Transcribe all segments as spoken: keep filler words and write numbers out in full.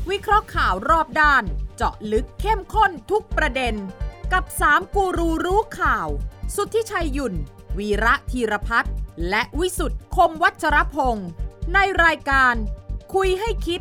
วิเคราะห์ข่าวรอบด้านเจาะลึกเข้มข้นทุกประเด็นกับสามกูรูรู้ข่าวสุทธิชัยหยุ่นวีระธีรพัฒน์และวิสุทธิ์คมวัชรพงศ์ในรายการคุยให้คิด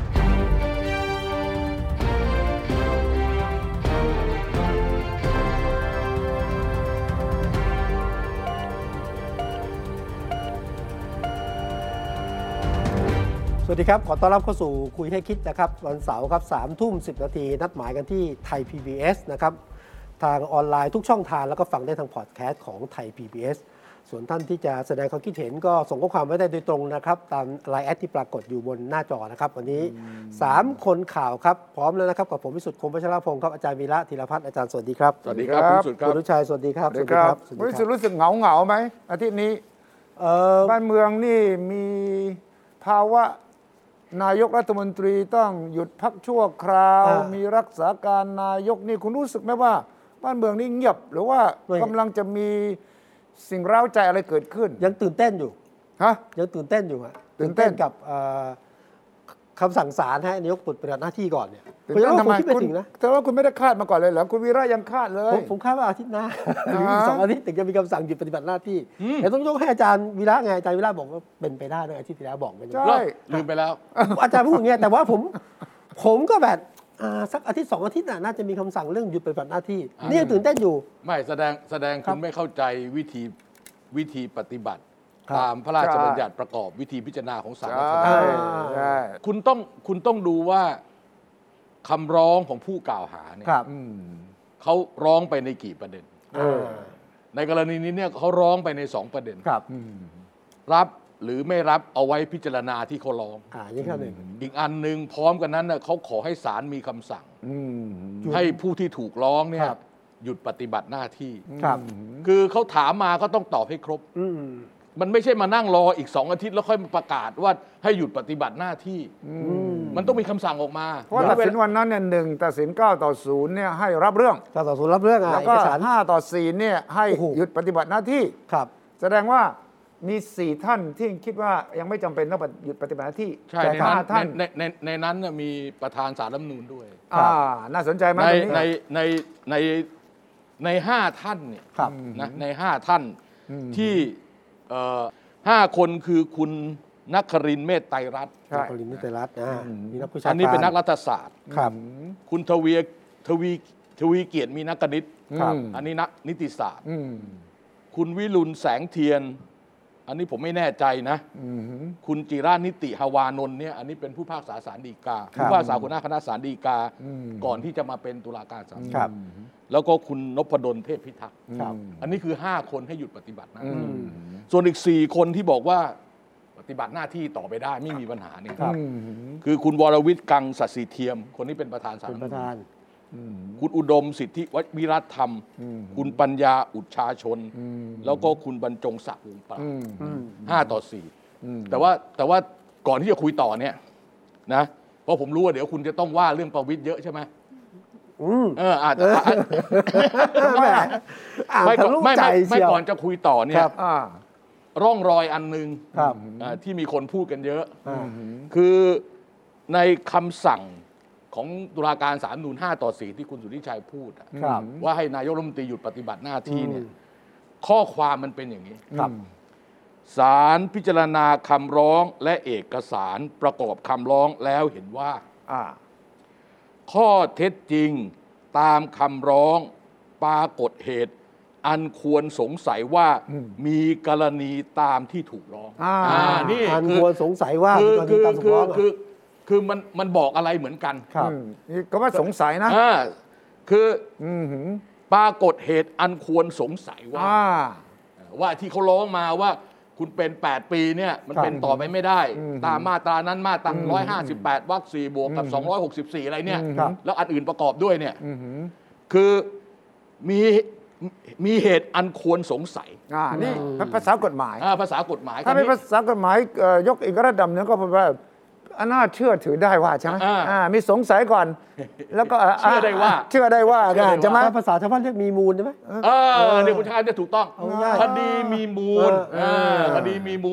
สวัสดีครับขอต้อนรับเข้าสู่คุยให้คิดนะครับวันเสาร์ครับสามทุ่มสิบนาทีนัดหมายกันที่ไทย พี บี เอส นะครับทางออนไลน์ทุกช่องทางแล้วก็ฟังได้ทางพอดแคสต์ของไทย พี บี เอส ส่วนท่านที่จะแสดงความคิดเห็นก็ส่งข้อความไว้ได้โดยตรงนะครับตามไลน์แอดที่ปรากฏอยู่บนหน้าจอนะครับวันนี้สามคนข่าวครับพร้อมแล้วนะครับกับผมวิสุทธิ์คมวัชรพงศ์ครับอาจารย์วีระธีรพัฒน์อาจารย์สวัสดีครับสวัสดีครับคุณวิสุทธิ์ครับคุณรุชัยสวัสดีครับสวัสดีครับคุณวิสุทธิ์รู้สึกเหงาเหงาไหมอาทิตย์นี้บ้านเมืองนี่มีภาวะนายกรัฐมนตรีต้องหยุดพักชั่วคราวมีรักษาการนายกนี่คุณรู้สึกไหมว่าบ้านเมืองนี่เงียบหรือว่ากำลังจะมีสิ่งเร้าใจอะไรเกิดขึ้นยังตื่นเต้นอยู่ฮะยังตื่นเต้นอยู่ฮะตื่นเต้นกับคำสั่งศาลให้นายกปฏิบัติหน้าที่ก่อนเนี่ยคุณทำไมคุณแต่ว่าคุณไม่ได้คาดมาก่อนเลยเหรอคุณวีระยังคาดเลยผมคาดว่าอาทิตย์หน้าหรืออีกสองอาทิตย์ถึงจะมีคำสั่งหยุดปฏิบัติหน้าที่แต่ต้องยกให้อาจารย์วีระไงอาจารย์วีระบอกว่าเป็นไปได้ด้วยอาทิตย์ที่แล้วบอกไปใช่ลืมไปแล้วอาจารย์พูดอย่างเงี้ยแต่ว่าผมผมก็แบบสักอาทิตย์สองอาทิตย์น่าจะมีคำสั่งเรื่องหยุดปฏิบัติหน้าที่นี่ยังตื่นเต้นอยู่ไม่แสดงแสดงคุณไม่เข้าใจวิธีวิธีปฏิบัติตามพระราชบัญญัติประกอบวิธีพิจารณาของศาลรัฐธรรมนูญคุณต้องคุณต้องดูว่าคำร้องของผู้กล่าวหาเนี่ยเขาร้องไปในกี่ประเด็นในกรณีนี้เนี่ยเขาร้องไปในสองประเด็นรับหรือไม่รับเอาไว้พิจารณาที่เขาร้องอีกอันหนึ่งพร้อมกันนั้นเนี่ยเขาขอให้ศาลมีคำสั่งให้ผู้ที่ถูกร้องเนี่ยหยุดปฏิบัติหน้าที่คือเขาถามมาก็ต้องตอบให้ครบมันไม่ใช่มานั่งรออีกสองอาทิตย์แล้วค่อยมาประกาศว่าให้หยุดปฏิบัติหน้าที่มันต้องมีคำสั่งออกมาเพราะตัดสินวันนั้นเนี่ยหนึ่งตัดสินเก้าต่อศูนย์เนี่ยให้รับเรื่องเก้าต่อศูนย์รับเรื่องแล้วก็ห้าต่อสี่เนี่ยให้หยุดปฏิบัติหน้าที่ครับแสดงว่ามีสี่ท่านที่คิดว่ายังไม่จำเป็นต้องหยุดปฏิบัติหน้าที่ใช่ในนั้นในในในนั้นมีประธานศาลรัฐธรรมนูญด้วยอ่าน่าสนใจไหมในในในในในห้าท่านเนี่ยนะในห้าท่านที่ห้าคนคือคุณนครินทร์เมธไตรรัตน์นครินทร์เมธไตรรัตน์นี่นักวิชาการอันนี้เป็นนักรัฐศาสตร์คุณทวีทวีทวีเกียรติมีนักกณิตอันนี้นักนิติศาสตร์คุณวิรุณแสงเทียนอันนี้ผมไม่แน่ใจนะคุณจิรานิติหวานนท์เนี่ยอันนี้เป็นผู้พิพากษาศาลฎีกาผู้พิพากษาหัวหน้าคณะศาลฎีกาก่อนที่จะมาเป็นตุลาการศาลแล้วก็คุณนพดลเทพพิทักษ์อันนี้คือห้าคนให้หยุดปฏิบัติหน้าที่ส่วนอีกสี่คนที่บอกว่าปฏิบัติหน้าที่ต่อไปได้ไม่มีปัญหาเนี่ยคือคุณวรวิทย์กังสัตย์ศรีเทียมคนนี้เป็นประธานศาลคุณอุดมสิทธิวิรัตธรรมคุณปัญญาอุชาชนแล้วก็คุณบรรจงศักดิ์วงศ์ปราบห้าต่อสี่แต่ว่าแต่ว่าก่อนที่จะคุยต่อเนี่ยนะเพราะผมรู้ว่าเดี๋ยวคุณจะต้องว่าเรื่องประวิตรเยอะใช่ไหมเอออาจจะไม่ไม่ไม่ก่อนจะคุยต่อเนี่ยร่องรอยอันนึงที่มีคนพูดกันเยอะคือในคำสั่งของตุลาการศาลรัฐธรรมนูญห้าต่อสี่ที่คุณสุทธิชัยพูดว่าให้นายกรัฐมนตรีหยุดปฏิบัติหน้าที่เนี่ยข้อความมันเป็นอย่างนี้ศาลพิจารณาคำร้องและเอกสารประกอบคำร้องแล้วเห็นว่าข้อเท็จจริงตามคำร้องปรากฏเหตุอันควรสงสัยว่ามีกรณีตามที่ถูกร้องนี่อันควรสงสัยว่าคือคือคือคือคือมันมันบอกอะไรเหมือนกันครับนี่ก็ว่าสงสัยนะคือปรากฏเหตุอันควรสงสัยว่าว่าที่เขาร้องมาว่าคุณเป็นแปดปีเนี่ยมันเป็นต่อไปไม่ได้ตามมาตรานั้นมาตราหนึ่งร้อยห้าสิบแปดวรรคสี่บวกกับสองร้อยหกสิบสี่อะไรเนี่ยแล้วอันอื่นประกอบด้วยเนี่ยคือมีมีเหตุอันควรสงสัยนี่ภาษากฎหมายภาษากฎหมายถ้าเป็นภาษากฎหมายยกอีกระดับนึงก็แปลว่าน่าเชื่อถือได้ว่าใช่ไหมมีสงสัยก่อนแล้วก็เชื่อได้ว่าเชื่อได้ว่าใช่ไหมภาษาชาวบ้านเรียกมีมูลใช่ไหมเออเนี่ยคุณชายเนี่ยถูกต้องคดีมีมูลคดีมีมูล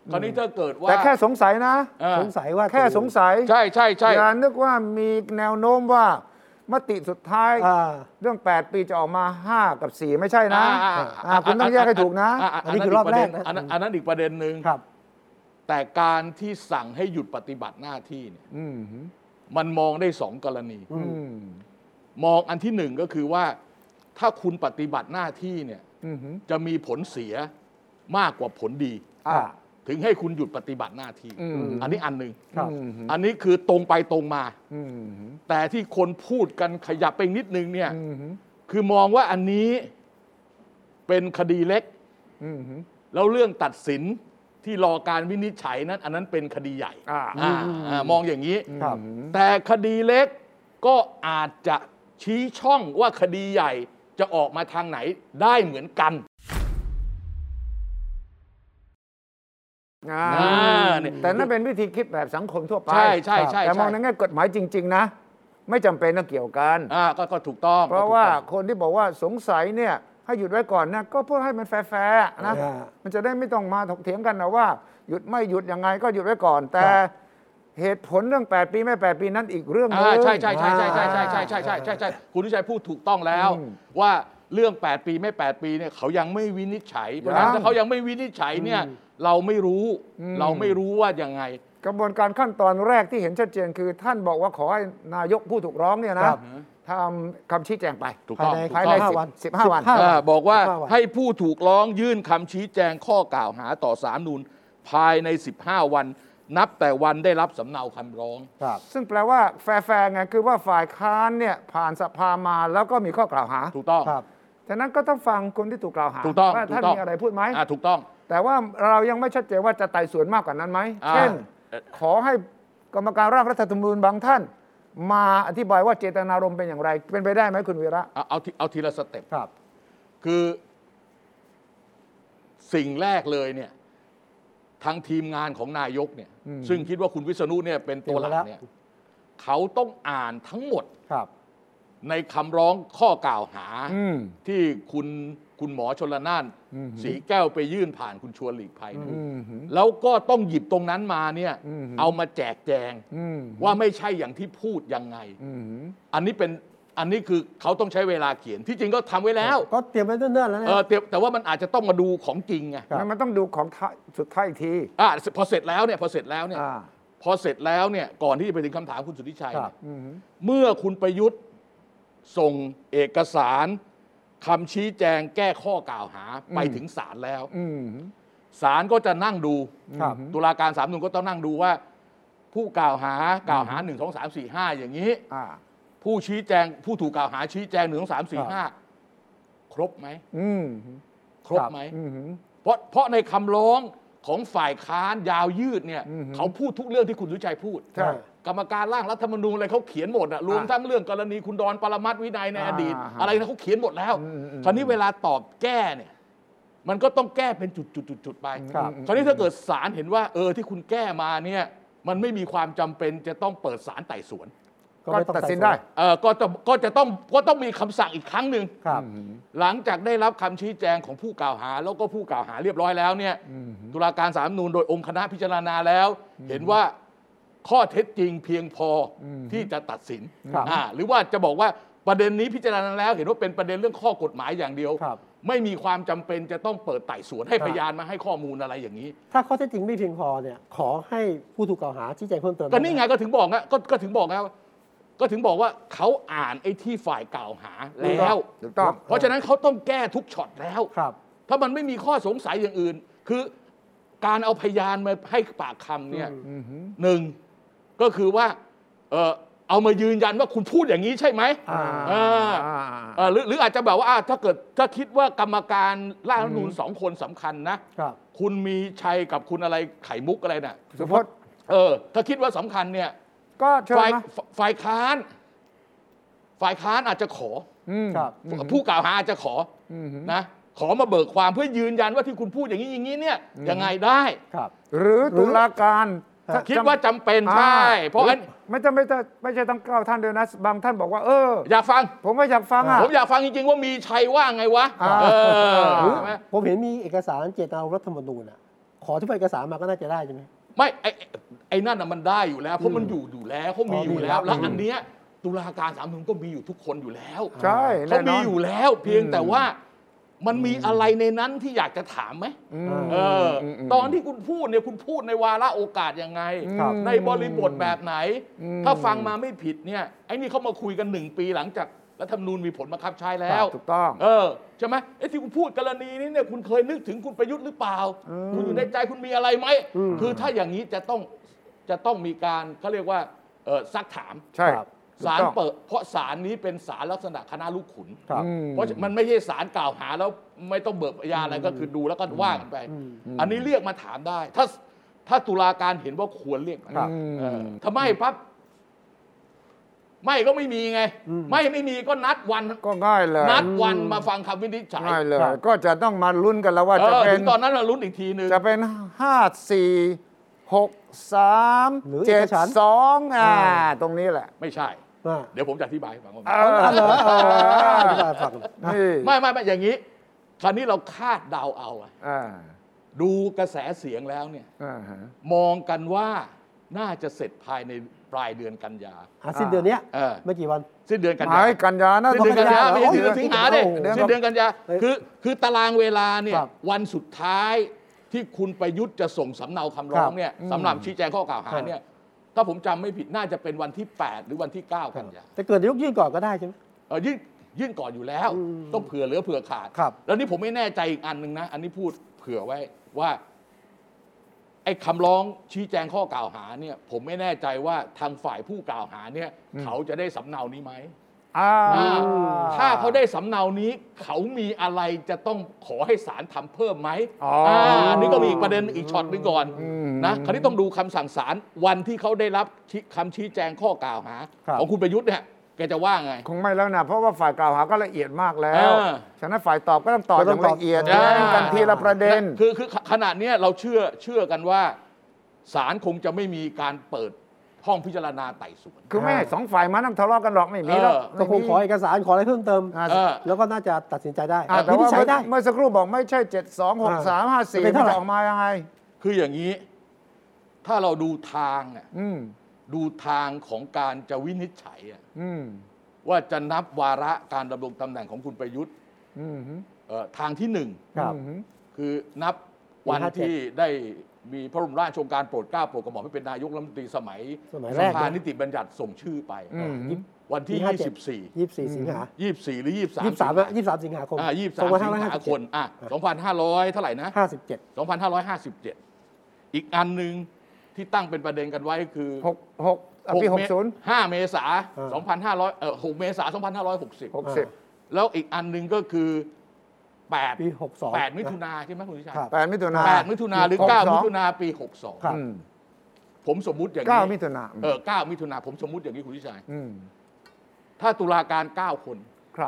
คราวนี้ถ้าเกิดว่าแต่แค่สงสัยนะสงสัยว่าแค่สงสัยใช่ใช่ใช่อย่านึกว่ามีแนวโน้มว่ามติสุดท้ายเรื่องแปดปีจะออกมาห้ากับสี่ไม่ใช่นะคุณต้องแยกให้ถูกนะอันนี้คือรอบแรกนะอันนั้นอีกประเด็นหนึ่งแต่การที่สั่งให้หยุดปฏิบัติหน้าที่เนี่ยมันมองได้สองกรณีมองอันที่หนึ่งก็คือว่าถ้าคุณปฏิบัติหน้าที่เนี่ยจะมีผลเสียมากกว่าผลดีถึงให้คุณหยุดปฏิบัติหน้าที่อันนี้อันหนึ่งอันนี้คือตรงไปตรงมาแต่ที่คนพูดกันขยับไปนิดนึงเนี่ยคือมองว่าอันนี้เป็นคดีเล็กแล้วเรื่องตัดสินที่รอการวินิจฉัยนั้นอันนั้นเป็นคดีใหญ่มองอย่างนี้แต่คดีเล็กก็อาจจะชี้ช่องว่าคดีใหญ่จะออกมาทางไหนได้เหมือนกันแต่นั่นเป็นวิธีคิดแบบสังคมทั่วไปใช่ใช่ใช่แต่มองในแง่กฎหมายจริงๆนะไม่จำเป็นต้องเกี่ยวกันอ่าก็ถูกต้องเพราะว่าคนที่บอกว่าสงสัยเนี่ยให้หยุดไว้ก่อนนะก็เพื่อให้มันแฟร์ๆนะมันจะได้ไม่ต้องมาถกเถียงกันนะว่าหยุดไม่หยุดยังไงก็หยุดไว้ก่อนแต่เหตุผลเรื่องแปดปีไม่แปดปีนั้นอีกเรื่องนึงใช่ใช่ใช่ใช่ใช่ใช่ใช่ใช่ใช่ใช่ใช่คุณวิชัยพูดถูกต้องแล้วว่าเรื่องแปดปีไม่แปดปีเนี่ยเขายังไม่วินิจฉัยเพราะฉะนั้นถ้าเขายังไม่วินิจฉัยเนี่ยเราไม่รู้เราไม่รู้ว่ายังไงกระบวนการขั้นตอนแรกที่เห็นชัดเจนคือท่านบอกว่าขอให้นายกผู้ถูกร้องเนี่ยนะทำคำชี้แจงไปถูกต้องภายในสิบห้าวันบอกว่าให้ผู้ถูกร้องยื่นคำชี้แจงข้อกล่าวหาต่อศาลนูนภายในสิบห้าวันนับแต่วันได้รับสำเนาคำร้องซึ่งแปลว่าแฟร์ๆไงคือว่าฝ่ายค้านเนี่ยผ่านสภามาแล้วก็มีข้อกล่าวหาถูกต้องฉะนั้นก็ต้องฟังคนที่ถูกกล่าวหาว่าท่านมีอะไรพูดไหมถูกต้องแต่ว่าเรายังไม่ชัดเจนว่าจะไต่สวนมากกว่านั้นไหมเช่นขอให้กรรมการร่างรัฐธรรมนูญบางท่านมาอธิบายว่าเจตนารมณ์เป็นอย่างไรเป็นไปได้ไหมคุณวีระเอาเอาเอาทีละสเต็ปครับคือสิ่งแรกเลยเนี่ยทางทีมงานของนายกเนี่ยซึ่งคิดว่าคุณวิษณุเนี่ยเป็นตัวหลักเนี่ยเขาต้องอ่านทั้งหมดในคำร้องข้อกล่าวหาที่คุณคุณหมอชลน่านสีแก้วไปยื่นผ่านคุณชวนหลีกภัยแล้วก็ต้องหยิบตรงนั้นมาเนี่ยเอามาแจกแจงว่าไม่ใช่อย่างที่พูดยังไงอันนี้เป็นอันนี้คือเขาต้องใช้เวลาเขียนที่จริงก็ทำไว้แล้วก็เตรียมไว้เนิ่นๆแล้วนะเออเตรียมแต่ว่ามันอาจจะต้องมาดูของจริงไงมันต้องดูของสุดท้ายอีกทีอ่าพอเสร็จแล้วเนี่ยพอเสร็จแล้วเนี่ยพอเสร็จแล้วเนี่ยก่อนที่จะไปถึงคำถามคุณสุทธิชัยเมื่อคุณประยุทธ์ส่งเอกสารคำชี้แจงแก้ข้อกล่าวหาไปถึงศาลแล้วศาลก็จะนั่งดูตุลาการศาลนูนก็ต้องนั่งดูว่าผู้กล่าวหากล่าวหาหนึ่งสองสามสี่ห้าอย่างนี้ผู้ชี้แจงผู้ถูกกล่าวหาชี้แจงหนึ่งสองสามสี่ห้าครบไหมครบไหมเพราะเพราะในคำร้องของฝ่ายค้านยาวยืดเนี่ยเขาพูดทุกเรื่องที่คุณสุชัยพูดกรรมการร่างรัฐธรรมนูญอะไรเขาเขียนหมดอะรวมทั้งเรื่องกรณีคุณดอนปรมัตถ์วินัยในอดีตอะไรนะเขาเขียนหมดแล้วคราวนี้เวลาตอบแก้เนี่ยมันก็ต้องแก้เป็นจุดๆๆไปคราวนี้ถ้าเกิดศาลเห็นว่าเออที่คุณแก้มาเนี่ยมันไม่มีความจำเป็นจะต้องเปิดศาลไต่สวนก็ตัดสินได้เออก็จะก็จะต้องก็ต้องมีคำสั่งอีกครั้งหนึ่งหลังจากได้รับคำชี้แจงของผู้กล่าวหาแล้วก็ผู้กล่าวหาเรียบร้อยแล้วเนี่ยตุลาการศาลรัฐธรรมนูญโดยองค์คณะพิจารณาแล้วเห็นว่าข้อเท็จจริงเพียงพอที่จะตัดสินหรือว่าจะบอกว่าประเด็นนี้พิจารณาแล้วเห็นว่าเป็นประเด็นเรื่องข้อกฎหมายอย่างเดียวไม่มีความจำเป็นจะต้องเปิดไต่สวนให้พยานมาให้ข้อมูลอะไรอย่างนี้ถ้าข้อเท็จจริงไม่เพียงพอเนี่ยขอให้ผู้ถูกกล่าวหาชี้แจงเพิ่มเติมก็นี่ไงก็ถึงบอกนะก็ก็ถึงบอกนะก็ถึงบอกว่าเขาอ่านไอ้ที่ฝ่ายกล่าวหาแล้วเพราะฉะนั้นเขาต้องแก้ทุกช็อตแล้วถ้ามันไม่มีข้อสงสัยอย่างอื่นคือการเอาพยานมาให้ปากคำเนี่ยหนึ่งก็คือว่าเออเอามายืนยันว่าคุณพูดอย่างนี้ใช่ไหมหรือหรืออาจจะแบบว่าถ้าเกิดถ้าคิดว่ากรรมการร่างรัฐธรรมนูญสองคนสำคัญนะคุณมีชัยกับคุณอะไรไข่มุกอะไรน่ะสุพจน์เออถ้าคิดว่าสำคัญเนี่ยก็ฝ่ายฝ่ายค้านฝ่ายค้านอาจจะขอผู้กล่าวหาอาจจะขอนะขอมาเบิกความเพื่อยืนยันว่าที่คุณพูดอย่างนี้อย่างนี้เนี่ยยังไงได้หรือตุลาการคิดว่าจำเป็นใช่เพราะงั้นไม่จำไม่ไม่ใช่ต้องเก้าท่านด้วยนะบางท่านบอกว่าเอออยากฟังผมก็อยากฟังอ่ะผมอยากฟังจริงๆว่ามีชัยว่าไงวะผมเห็นมีเอกสารเจตนารมณ์รัฐธรรมนูญอ่ะขอที่เอกสารมาก็น่าจะได้ใช่ไหมไม่ไอ้ไอ้นั่นน่ะมันได้อยู่แล้วเพราะมันอยู่อยู่แล้วเขามีอยู่แล้วแล้วอันเนี้ยตุลาการศาลรัฐธรรมนูญก็มีอยู่ทุกคนอยู่แล้วใช่เขามีอยู่แล้วเพียงแต่ว่ามันมีอะไรในนั้นที่อยากจะถามไหมเออตอนที่คุณพูดเนี่ยคุณพูดในวาระโอกาสยังไงในบริบทแบบไหนถ้าฟังมาไม่ผิดเนี่ยไอ้นี่เขามาคุยกันหนึ่งปีหลังจากรัฐธรรมนูญมีผลบังคับใช้แล้วถูกต้องเออใช่ไหมไอ้ที่คุณพูดกรณีนี้เนี่ยคุณเคยนึกถึงคุณประยุทธ์หรือเปล่าคุณอยู่ในใจคุณมีอะไรไหมคือถ้าอย่างนี้จะต้องจะต้องมีการเขาเรียกว่าเออซักถามใช่ศาลเปิดเพราะศาลนี้เป็นศาลลักษณะคณะลูกขุนเพราะมันไม่ใช่ศาลกล่าวหาแล้วไม่ต้องเบิกพยานอะไรก็คือดูแล้วก็ว่ากันไปอันนี้เรียกมาถามได้ถ้าถ้าตุลาการเห็นว่าควรเรียกถ้าไม่ปั๊บไม่ก็ไม่มีไงไม่ไม่มีก็นัดวันก็ง่ายเลยนัดวันมาฟังคำวินิจฉัยง่ายเลยก็จะต้องมาลุ้นกันแล้วว่าจะเป็นตอนนั้นเราลุ้นอีกทีนึงจะเป็นห้าสี่หกสามเจ็ดสองอ่าตรงนี้แหละไม่ใช่เดี๋ยวผมจะอธิบายให้ฟังว่าไม่ไม่ไม่อย่างนี้คราวนี้เราคาดเดาเอาดูกระแสเสียงแล้วเนี่ยมองกันว่าน่าจะเสร็จภายในปลายเดือนกันยาสิ้นเดือนนี้ไม่กี่วันสิ้นเดือนกันยากันยานะสิ้นเดือนกันยาไม่ใช่เดือนสิงหาดิสิ้นเดือนกันยาคือคือตารางเวลาเนี่ยวันสุดท้ายที่คุณประยุทธ์จะส่งสำเนาคำร้องเนี่ยสำหรับชี้แจงข้อกล่าวหาเนี่ยถ้าผมจำไม่ผิดน่าจะเป็นวันที่แปดหรือวันที่เก้ากันยาแต่เกิดนายกยื่นก่อนก็ได้ใช่ไหมเออยื่นยื่นก่อนอยู่แล้วต้องเผื่อเหลือเผื่อขาดแล้วนี่ผมไม่แน่ใจอีกอันหนึ่งนะอันนี้พูดเผื่อไว้ว่าไอ้คำร้องชี้แจงข้อกล่าวหาเนี่ยผมไม่แน่ใจว่าทางฝ่ายผู้กล่าวหาเนี่ยเขาจะได้สำเนานี้ไหมถ้าเขาได้สำเนานี้เขามีอะไรจะต้องขอให้ศาลทำเพิ่มไหมอันนี้ก็มีอีกประเด็นอีกช็อตนึงก่อนนะคราวนี้ต้องดูคำสั่งศาลวันที่เขาได้รับคำชี้แจงข้อกล่าวหาของคุณประยุทธ์เนี่ยแกจะว่าไงคงไม่แล้วนะเพราะว่าฝ่ายกล่าวหาก็ละเอียดมากแล้วฉะนั้นฝ่ายตอบก็ต้องตอบอย่างละเอียดกันทีละประเด็นคือคือขณะนี้เราเชื่อเชื่อกันว่าศาลคงจะไม่มีการเปิดห้องพิจารณาไต่สวนคือไม่สองฝ่ายมานั่งทะเลาะกันหรอกไม่มีแล้วก็คงขอเอกสารขออะไรเพิ่มเติมแล้วก็น่าจะตัดสินใจได้แต่ว่าเมื่อสักครู่บอกไม่ใช่เจ็ดสองหกสามห้าสี่มันจะออกมายังไงคืออย่างนี้ถ้าเราดูทางอ่ะดูทางของการจะวินิจฉัยอ่ะว่าจะนับวาระการดำรงตำแหน่งของคุณประยุทธ์ทางที่หนึ่งคือนับวันที่ได้มีพระบรมราชโองการโปรดเกล้าโปรดกระหม่อมให้เป็นนายกรัฐมนตรีสมัยสภานิติบัญญัติส่งชื่อไปวันที่ยี่สิบสี่ยี่สิบสี่สิงหายี่สิบสี่หรือยี่สิบสามยี่สิบสาม ยี่สิบสามสิงหาคมอ่ายี่สิบสามสิงหาคมอ่ะสองพันห้าร้อยเท่าไหร่นะห้าสิบเจ็ดสองพันห้าร้อยห้าสิบเจ็ดอีกอันนึงที่ตั้งเป็นประเด็นกันไว้คือหก หกปีหกสิบห้าเมษายนสองพันห้าร้อยเอ่อหกเมษายนสองพันห้าร้อยหกสิบหกสิบแล้วอีกอันนึงก็คือแปดปีหกสองแปดมิถุนาใช่ไหมคุณวิชัยแปดมิถุนาแปดมิถุนาหรือเก้ามิถุนาปีหกสองผมสมมุติอย่างนี้เก้ามิถุนาเออเก้ามิถุนาผมสมมุติอย่างนี้คุณวิชัยถ้าตุลาการเก้าคนครับ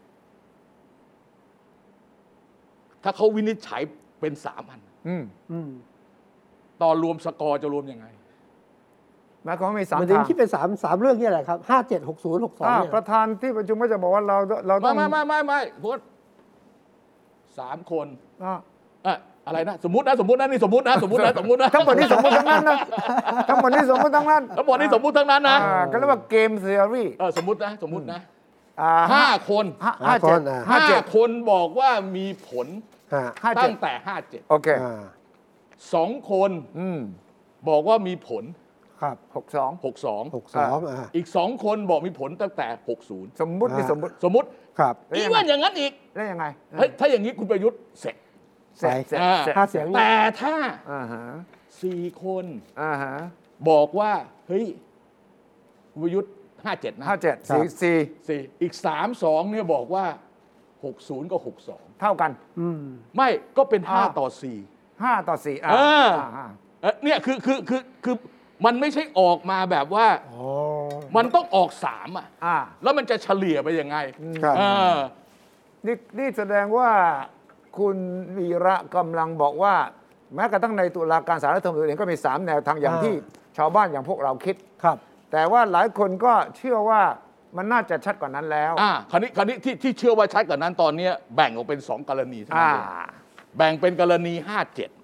ถ้าเขาวินิจฉัยเป็นสามอันตอนรวมสกอร์จะรวมยังไงหมายความว่ามีสามมันจะคิดเป็นสามสามเรื่องนี่แหละครับห้าเจ็ดหกศูนย์หกสองเนี่ยประธานที่ประชุมก็จะบอกว่าเราเราต้องไม่ไม่ไม่ไม่พูดสามคนอ่ะอะไรนะสมมตินะสมมตินะนี่สมมตินะสมมตินะสมมตินะทั้งหมดนี้สมมติทั้งนั้นนะทั้งหมดนี้สมมติทั้งนั้นทั้งหมดนี้สมมติทั้งนั้นนะก็เรียกว่าเกมเทอรี่เออสมมตินะสมมตินะห้าคนห้าคนห้าคนบอกว่ามีผลตั้งแต่ห้าเจ็ดโอเคสองคนบอกว่ามีผลครับหกสองหกสองหกสองอีกสองคนบอกมีผลตั้งแต่หกศูนย์สมมุตินี่สมมุติสมมุติครับอีกว่าอย่างนั้นอีกได้ยังไงเฮ้ยถ้าอย่างนี้คุณประยุทธ์เสร็จเสร็จห้าเสียงแต่ถ้าสี่คนบอกว่าเฮ้ยคุณประยุทธ์ห้าเจ็ดนะห้าเจ็ดสี่สี่สี่อีกสามสองเนี่ยบอกว่าหกศูนย์ก็หกสองเท่ากันไม่ก็เป็นห้าต่อสี่ห้าต่อสี่เออเนี่ยคือคือคือคือมันไม่ใช่ออกมาแบบว่ามันต้องออกสามอ่ะแล้วมันจะเฉลี่ยไปยังไงนี่นี่แสดงว่าคุณวีระกำลังบอกว่าแม้กระทั่งในตุลาการศาลรัฐธรรมนูญเองก็มีสามแนวทางอย่างที่ชาวบ้านอย่างพวกเราคิดครับแต่ว่าหลายคนก็เชื่อว่ามันน่าจะชัดกว่านั้นแล้วอ่าคราวนี้คราวนี้ที่ที่เชื่อว่าชัดกว่านั้นตอนนี้แบ่งออกเป็นสองกรณีใช่ไหมแบ่งเป็นกรณีห้าเจ็ด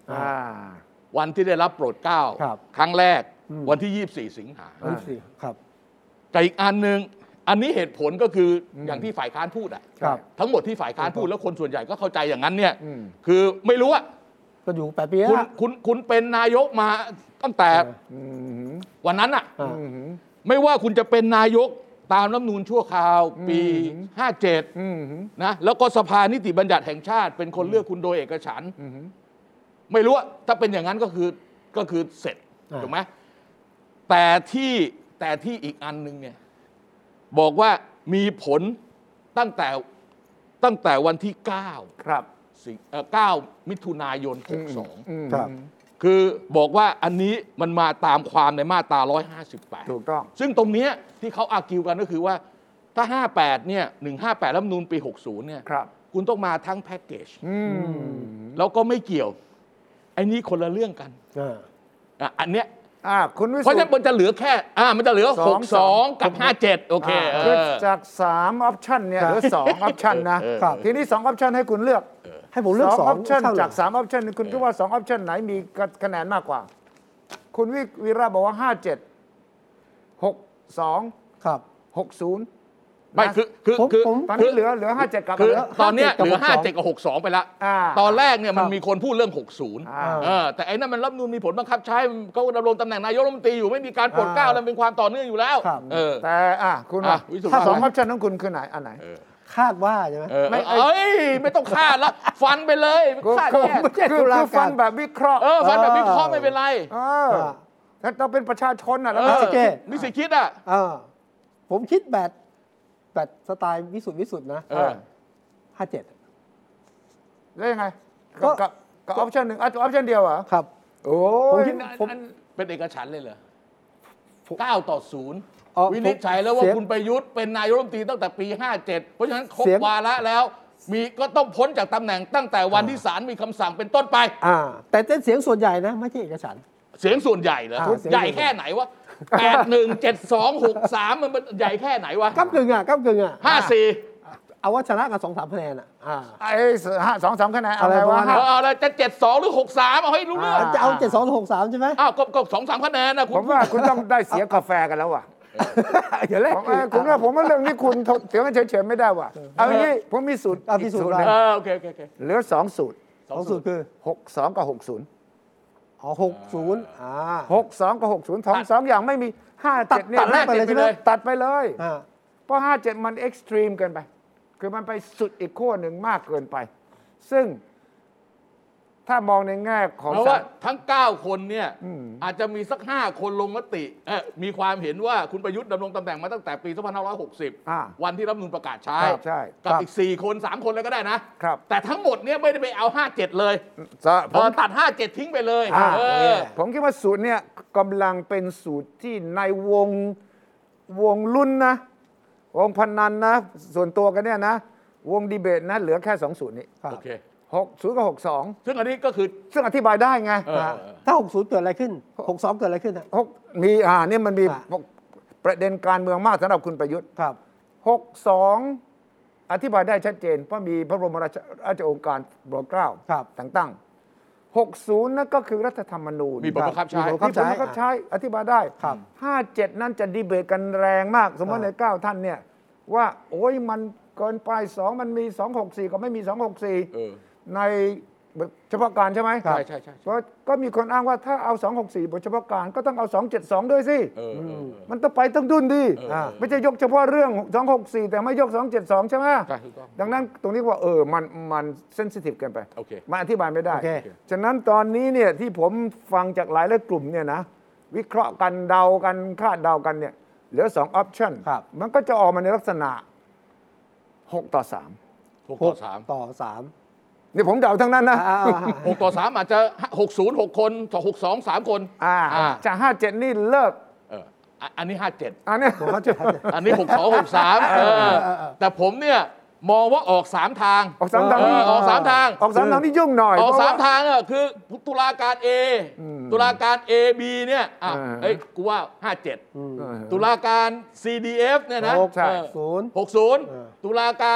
อ่าวันที่ได้รับโปรดเกล้าครับครั้งแรกอืมวันที่ยี่สิบสี่สิงหายี่สิบสี่ครับแต่อีกอันหนึ่งอันนี้เหตุผลก็คืออย่างที่ฝ่ายค้านพูดอะครับทั้งหมดที่ฝ่ายค้านพูดแล้วคนส่วนใหญ่ก็เข้าใจอย่างนั้นเนี่ยอืมคือไม่รู้อะก็อยู่แปดปีคุณแล้วคุณคุณเป็นนายกมาตั้งแต่อืมวันนั้นอะอ่าอืมไม่ว่าคุณจะเป็นนายกตามรัฐธรรมนูญชั่วคราวปีอืมห้าเจ็ดอืมนะแล้วก็สภานิติบัญญัติแห่งชาติเป็นคนเลือกคุณโดยเอกฉันท์อืมไม่รู้ว่าถ้าเป็นอย่างนั้นก็คือก็คือเสร็จอ่าถูกไหมแต่ที่แต่ที่อีกอันหนึ่งเนี่ยบอกว่ามีผลตั้งแต่ตั้งแต่วันที่เก้าครับสิงเอ่อเก้ามิถุนายนหกสองมครับคือบอกว่าอันนี้มันมาตามความในมาตราหนึ่งร้อยห้าสิบแปดถูกต้องซึ่งตรงเนี้ยที่เขาอาร์กิวกันก็คือว่าถ้าห้าแปดเนี่ยหนึ่งห้าแปดรัฐธรรมนูญปีหกสิบเนี่ยครับคุณต้องมาทั้งแพ็กเกจอืมแล้วก็ไม่เกี่ยวไอ้นี้คนละเรื่องกันอ่าอ่ะอันเนี้ยอ่าคุณวิเพราะสุทฉะนั้นธิ์มันจะเหลือแค่อ่ามันจะเหลือสหองกสองกับห้าเจ็ดโอเคอ่าเอคืออจากสามออปชันเนี่ยครับเหลือสองออปชันนะเออครับทีนี้สองออปชันให้คุณเลือกให้ผมเลือกสองออปชันเท่าไหร่จากสามออปชันคุณคิดว่าสองออปชันไหนมีคะแนนมากกว่า คุณวิวีระบอกว่าห้าเจ็ดหกสองครับหกศูนย์ไม่คือคือผมคือผมตอนคืนี้เหลือเหลือห้าเจ็ดกับคือเหลือตอนเนี้ยห้าเจ็ดกับเหลือหกสองห้าเจ็ดกับหกสองไปละอ่าตอนแรกเนี่ยมันครับมีคนพูดเรื่องหกสิบอ่าเออแต่ไอ้นั่นมันรัฐธรรมนูญมีผลบังคับใช้เขาดำรงตำแหน่งนายกรัฐมนตรีอยู่ไม่มีการโปรดเกล้าอ่าแล้วเป็นความต่อเนื่องอยู่แล้วครับเออแต่อ่ะคุณอ่ะว่าวิสุทธิ์ถ้าสองอว่าอปชันของคุณคือไหนอันไหนคาดว่าใช่ไหมเออไม่เอ้ยไม่ต้องคาดละฟันไปเลยคาดคือแค่ไม่ใช่คือตุลาคือการฟันแบบวิเคราะห์เออฟันแบบวิเคราะห์ไม่เป็นไรเออถ้าเราเป็นประชาชนอ่ะแล้วเอก็อโอเคนิสิตคิดอ่ะอ่าผมคิดแบบแบบสไตล์วิสุทธ์วิสุทธ์นะเออห้าเจ็ดแล้วยังไงก็กับกับออปชันหนึ่งออปชันเดียวเหรอครับโอ้ผมยคิดผมเป็นเอกฉันท์เลยเหรอเก้าต่อศูนย์อ๋อวินิจฉัยแล้วว่าเสียงคุณประยุทธ์เป็นนายกรัฐมนตรีตั้งแต่ปีห้าเจ็ดเพราะฉะนั้นครบเสียงวาระแล้ว มีก็ต้องพ้นจากตำแหน่งตั้งแต่วันที่ศาลมีคำสั่งเป็นต้นไปอ่า แต่เป็นเสียงส่วนใหญ่นะ ไม่ใช่เอกฉันท์เสียงส่วนใหญ่เหรออ่าเสียงใหญ่แค่ไหนวะแปดหนึ่งเจ็ดสองหกสามมันใหญ่แค่ไหนวะก้ากึ่งอ่ะก้ากึ่งอ่ะห้าสี่เอาว่าชนะกันสองสามคะแนนอ่ะอ่าไอ้ห้าสองสามคะแนนเอาอะไรไงประวะมาณนั้นเออเอาเลยจะเจ็ดสองหรือหกสามเอาให้รู้เรื่องอ่าจะเอาเจ็ดสองหรือหกสามใช่ไหมอ้าวก็ก็สองสามคะแนนนะคุผณมว่าคุณต้องได้เสียกาแฟกันแล้วว่ะเดี๋ยวแรกผมเอ้ยคุณว่าผมว่าเรื่องนี้คุณเสียงกันเฉยๆไม่ได้ว่ะเอาอย่างนี้ผมมีสูตรเอามีอีกสูตรสูตรอะไรหนึ่งเออโอเคโอเคโอเคเหลือสองสูตรสองสูตรคือหกสองกับหกศูนย์อ๋อหกศูนย์อ่าหกสองกับหกศูนย์สองสองอย่างไม่มีห้าตัดเจ็ดเนี่ยตัดแรกไปเลยใช่ไหมตัดไปเลยอ่าเพราะห้าเจ็ดมันเอ็กซ์ตรีมเกินไป คือมันไปสุดอีกขั้วหนึ่งมากเกินไป ซึ่งถ้ามองในแง่ของเพราะว่าทั้ง เก้า คนเนี่ยอืมอาจจะมีสัก ห้า คนลงมติเอ่อมีความเห็นว่าคุณประยุทธ์ดำรงตำแหน่งมาตั้งแต่ปี สองพันห้าร้อยหกสิบอ่าวันที่รัฐธรรมนูญประกาศใช้ครับใช่กับครับอีก สี่ คน สาม คนเลยก็ได้นะครับแต่ทั้งหมดเนี่ยไม่ได้ไปเอา ห้าเจ็ด เลยสะผเอมอตัด ห้าเจ็ด ทิ้งไปเลยอ่าเออผมคิดว่าสูตรเนี่ยกำลังเป็นสูตรที่ในวงวงรุ่นนะ วงพนันนะ ส่วนตัวกันเนี่ยนะ วงดีเบตนะ เหลือแค่สองสูตรนี้ครับโอเคหกศูนย์กับหกสองซึ่งอันนี้ก็คือซึ่งอธิบายได้ไงเอออ่าถ้าหกศูนย์เกิดอะไรขึ้นหกสองเกิดอะไรขึ้นอ่ะหกมีอ่านี่มันมีอ่าประเด็นการเมืองมากสำหรับคุณประยุทธ์ครับหกสองอธิบายได้ชัดเจน เพราะมีพระบรมราชราชโองการโปรดเกล้าครับแต่งตั้งหกสิบนั่นก็คือรัฐธรรมนูญมีผลบังคับใช้มีผลมีผลบังคับใช้อธิบายได้ครับห้าเจ็ดนั่นจะดีเบตกันแรงมาก สมมติในเก้าท่านเนี่ยว่าโอ้ยมันเกินไปสองมันมีสองหกสี่ก็ไม่มีสองหกสี่เออในเฉพาะการใช่ไหมใช่ใช่ใช่เพราะก็มีคนอ้างว่าถ้าเอาสองหกสี่บทเฉพาะการก็ต้องเอาสองเจ็ดสองด้วยสิเออเออเออมันต้องไปต้องดุนดิเอออ่าไม่ใช่ยกเฉพาะเรื่องสองหกสี่แต่ไม่ยกสองเจ็ดสองใช่ไหมใช่ถูกต้องดังนั้นตรงนี้ว่าเออมันมันเซนซิทีฟเกินไปโอเคมันอธิบายไม่ได้โอเคฉะนั้นตอนนี้เนี่ยที่ผมฟังจากหลายหลายกลุ่มเนี่ยนะวิเคราะห์กันเดากันคาดเดากันเนี่ยเหลือสองออปชั่นครับมันก็จะออกมาในลักษณะหกต่อสามหกหต่อก สามต่อสามนี่ผมเดาทั้งนั้นนะอ่าอ่าหกต่อสามอาจจะหกศูนย์หกคนต่อหกสองสามคนอ่าอ่าจากห้าเจ็ดนี่เลิกเอออ่ะอันนี้ห้าเจ็ดอันเนี้ยผมว่าจะอันนี้หกสองหกสามเออเออเออเออแต่ผมเนี่ยมองว่าออกสามทางออกสามทางเอนี่อออกสามทางออกสามทางนี่ยุ่งหน่อยออกเพระสามว่ทางอ่ะคือตุลาการ A ตุลาการ A B เนี่ยอ่ะเออเอ้ยกูว่าห้าเจ็ดเออตุลาการ ซี ดี เอฟ เนี่ยนะหกใช่เออศูนย์หกศูนย์เออตุลาการ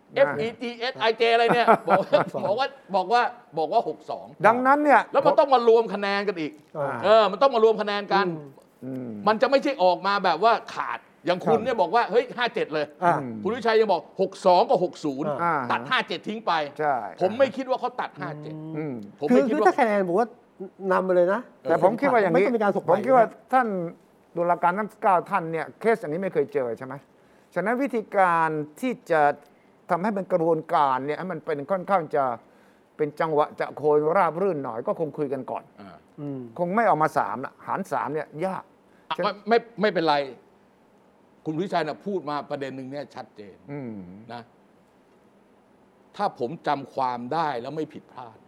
F E G S I J อะไรเนี่ยบอกบอกว่าบอกว่าบอกว่าหกสองดังนั้นเนี่ยแล้วมันต้องมารวมคะแนนกันอีกเออมันต้องมารวมคะแนนกันมันจะไม่ใช่ออกมาแบบว่าขาดอย่างคุณเนี่ยบอกว่าเฮ้ยห้าเจ็ดเลยคุณวิชัยยังบอกหกสองกับหกศูนย์ตัดห้าเจ็ดทิ้งไปผมไม่คิดว่าเขาตัดห้าเจ็ดผมไม่คิดว่าถ้าคะแนนผมว่านำไปเลยนะแต่ผมคิดว่าอย่างนี้ผมคิดว่าท่านตุลาการทั้งเก้าท่านเนี่ยเคสอย่างนี้ไม่เคยเจอใช่ไหมฉะนั้นวิธีการที่จะทำให้เป็นกระบวนการเนี่ยให้มันเป็นค่อนข้างจะเป็นจังหวะจะโคนราบรื่นหน่อยก็คงคุยกันก่อนคงไม่ออกมาสามนะหารสามเนี่ยยากไม่ไม่ไม่เป็นไรคุณวิชัยนะพูดมาประเด็นหนึ่งเนี่ยชัดเจนนะถ้าผมจำความได้แล้วไม่ผิดพลาด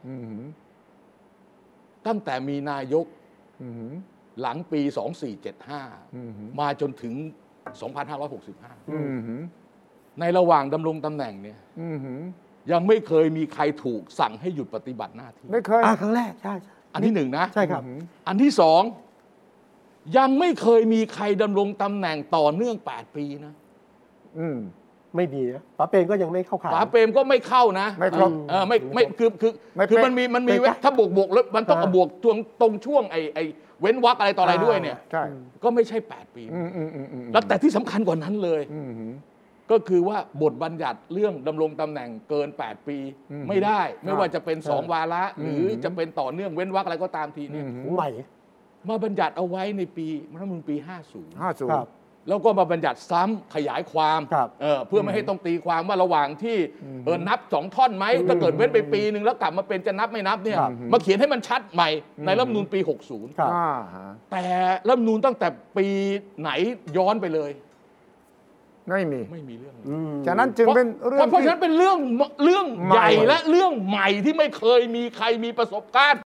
ตั้งแต่มีนายกหลังปีสองสี่เจ็ดห้ามาจนถึงสองพันห้าร้อยหกสิบห้าในระหว่างดำรงตำแหน่งเนี่ยยังไม่เคยมีใครถูกสั่งให้หยุดปฏิบัติหน้าที่ไม่เคยครั้งแรกใช่อันที่หนึ่งนะใช่ครับอันที่สองยังไม่เคยมีใครดำรงตำแหน่งต่อเนื่องแปดปีนะอืมไม่มีนะป๋าเปรมก็ยังไม่เข้าข่ายป๋าเปรมก็ไม่เข้านะไม่ครบเออไม่ไม่คือคือคือมันมีมันมีถ้าบวกบวกแล้วมันต้องบวกตรงตรงช่วงไอ้ไอ้เว้นวรรคอะไรต่ออะไรด้วยเนี่ยใช่ก็ไม่ใช่แปดปีแล้วแต่ที่สำคัญกว่านั้นเลยก็คือว่าบทบัญญัติเรื่องดำรงตำแหน่งเกินแปดปีไม่ได้ไม่ว่าจะเป็นสองวาระหรือจะเป็นต่อเนื่องเว้นวรรคอะไรก็ตามทีเนี่ยใหม่มาบัญญัติเอาไว้ในปีรัฐธรรมนูญปีห้าสิบห้าสิบแล้วก็มาบัญญัติซ้ำขยายความเออเพื่อไม่ให้ต้องตีความว่าระหว่างที่เออนับสองท่อนไหมถ้าเกิดเว้นไปปีหนึ่งแล้วกลับมาเป็นจะนับไม่นับเนี่ยมาเขียนให้มันชัดใหม่ในรัฐธรรมนูญปีหกสิบแต่รัฐธรรมนูญตั้งแต่ปีไหนย้อนไปเลยไม่มีไม่มีเรื่องฉะนั้นจึงเป็นเรื่องเพราะฉะนั้นเป็นเรื่องเรื่องใหญ่และเรื่องใหม่ที่ไม่เคยมีใครมีประสบการณ์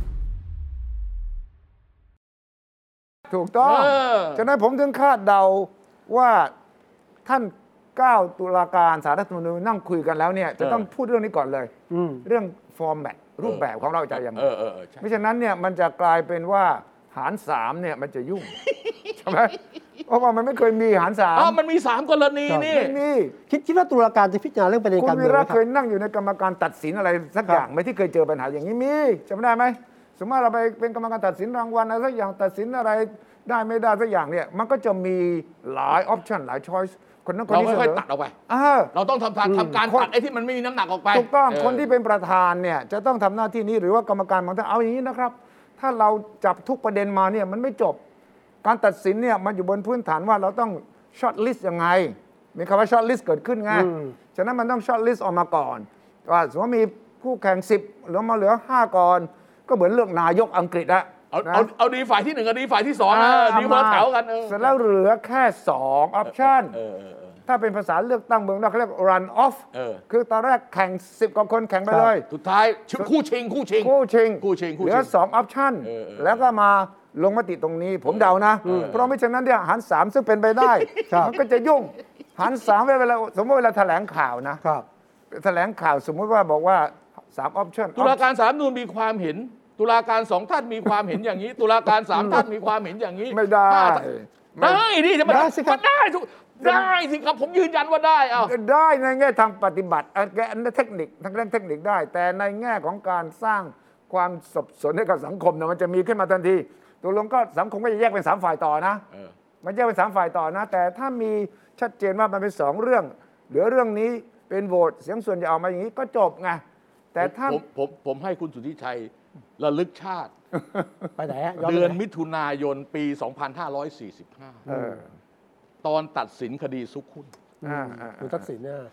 ถูกต้องฉะนั้นผมถึงคาดเดาว่าท่านเก้าตุลาการศาลรัฐธรรมนูญนั่งคุยกันแล้วเนี่ยจะต้องพูดเรื่องนี้ก่อนเลยเรื่องฟอร์แมตรูปแบบของเราจะอย่างไรไม่ฉะนั้นเนี่ยมันจะกลายเป็นว่าหารสามเนี่ยมันจะยุ่งใช่ไหมเพราะว่ามันไม่เคยมีหารสามอ๋อมันมีสามกรณีนี่มีคิดคิดว่าตุลาการจะพิจารณาเรื่องประเด็นการเมืองคุณวีระเคยนั่งอยู่ในกรรมการตัดสินอะไรสักอย่างไหมที่เคยเจอปัญหาอย่างนี้มีจำได้ไหมสมมติเราไปเป็นกรรมการตัดสินรางวัลอะไรสักอย่างตัดสินอะไรได้ไม่ได้สักอย่างเนี่ยมันก็จะมีหลายออปชันหลายช้อยส์คนนั้นคนนี้เราค่อยๆตัดออกไปเราต้องทำทำการตัดไอ้ที่มันไม่มีน้ำหนักออกไปถูกต้องคนที่เป็นประธานเนี่ยจะต้องทำหน้าที่นี้หรือว่ากรรมการบางท่านเอาอย่างนี้นะครับถ้าเราจับทุกประเด็นมาเนี่ยมันไม่จบการตัดสินเนี่ยมันอยู่บนพื้นฐานว่าเราต้องช็อตลิสต์ยังไงมีคำว่าช็อตลิสต์เกิดขึ้นไงฉะนั้นมันต้องช็อตลิสต์ออกมาก่อนว่าสมมติมีคู่แข่งสิบเหลือมาเหลือห้าก่อนก็เหมือนเลือกนายกอังกฤษอะเอาเอาเอาดีฝ่ายที่หนึ่งกับดีฝ่ายที่สองนะดีมาแถวกันเสร็จแล้วเหลือแค่สองออปชั่นถ้าเป็นภาษาเลือกตั้งเมืองนอกเขาเรียก run off คือตอนแรกแข่งสิบกว่าคนแข่งไปเลยสุดท้ายคู่ชิงคู่ชิงคู่ชิงคู่ชิงเหลือสองออปชั่นแล้วก็มาลงมติตรงนี้ผมเดานะเพราะไม่เช่นนั้นเนี่ยหารสามซึ่งเป็นไปได้มันก็จะยุ่งหารสามเวลาสมมติเวลาแถลงข่าวนะแถลงข่าวสมมติว่าบอกว่าสามออปชั่นตุลาการศาลรัฐธรรมนูญมีความเห็นตุลาการสองท่านมีความเห็นอย่างนี้ตุลาการสามท่านมีความเห็นอย่างนี้ไม่ได้ได้ดิจะมันได้สิครับได้ได้สิครับผมยืนยันว่าได้เอาได้ในแง่ทางปฏิบัติอันเทคนิคทางด้านเทคนิคได้แต่ในแง่ของการสร้างความสับสนให้กับสังคมเนี่ยมันจะมีขึ้นมาทันทีตัวลงก็สังคมก็จะแยกเป็นสามฝ่ายต่อนะมันแยกเป็นสามฝ่ายต่อนะแต่ถ้ามีชัดเจนว่ามันเป็นสองเรื่องเหลือเรื่องนี้เป็นโหวตเสียงส่วนใหญ่ออกมาอย่างนี้ก็จบไงแต่ถ้าผมผมผมให้คุณสุทธิชัยระลึกชาติไปไหนเดือนมิถุนายนปีสองพันห้าร้อยสี่สิบห้าตอนตัดสินคดีซุกหุ้นคุณทักษิณเนี่ย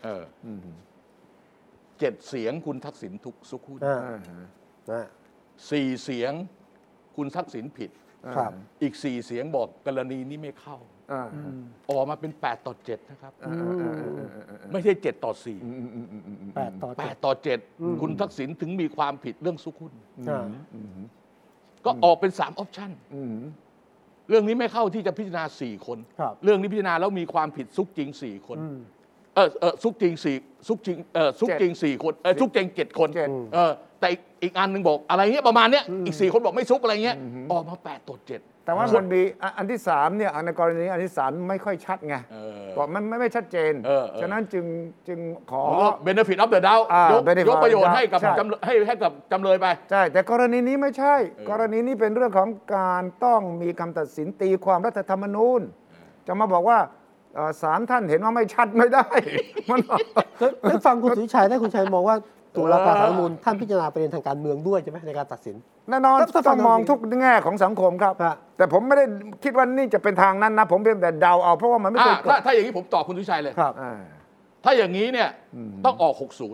เจ็ดเสียงคุณทักษิณทุกซุกหุ้นสี่เสียงคุณทักษิณผิดอีกสี่เสียงบอกกรณีนี้ไม่เข้าออกมาเป็นแปดต่อเจ็ดนะครับไม่ใช่เจ็ดต่อสี่แปดต่อเจ็ดคุณทักษิณถึงมีความผิดเรื่องซุกหุ้นก็ออกเป็นสามออปชั่นเรื่องนี้ไม่เข้าที่จะพิจารณาสี่คนเรื่องนี้พิจารณาแล้วมีความผิดซุกจริงสี่คนเออเออซุกจริงสี่ซุกจริงเออซุกจริงสี่คนเออซุกจริงเจ็ดคนเออแต่อีกอันหนึ่งบอกอะไรเงี้ยประมาณเนี้ยอีกสี่คนบอกไม่ซุกอะไรเงี้ยออกมาแปดต่อเจ็ดแต่ว่ามันมีอันที่สามเนี่ยในกรณีอันที่สามไม่ค่อยชัดไงก็มันไม่ชัดเจนฉะนั้นจึงจึงขอ benefit of the doubt ยกยกประโยชน์ให้กับจำให้ให้กับจำเลยไปใช่แต่กรณีนี้ไม่ใช่กรณีนี้เป็นเรื่องของการต้องมีคำตัดสินตีความรัฐธรรมนูญจะมาบอกว่าศาลท่านเห็นว่าไม่ชัดไม่ได้มันฟังคุณสุวิชัยได้คุณชัยมองว่าตุลาการศาลรัฐธรรมนูญท่านพิจารณาประเด็นทางการเมืองด้วยใช่ไหมในการตัดสินแน่นอนต้องมองทุกแง่ของสังคมครับแต่ผมไม่ได้คิดว่านี่จะเป็นทางนั้นนะผมเพียงแต่เดาเอาเพราะว่ามันไม่เคยเกิดถ้าอย่างนี้ผมตอบคุณสุวิชัยเลยครับถ้าอย่างนี้เนี่ยต้องออกหกสิบ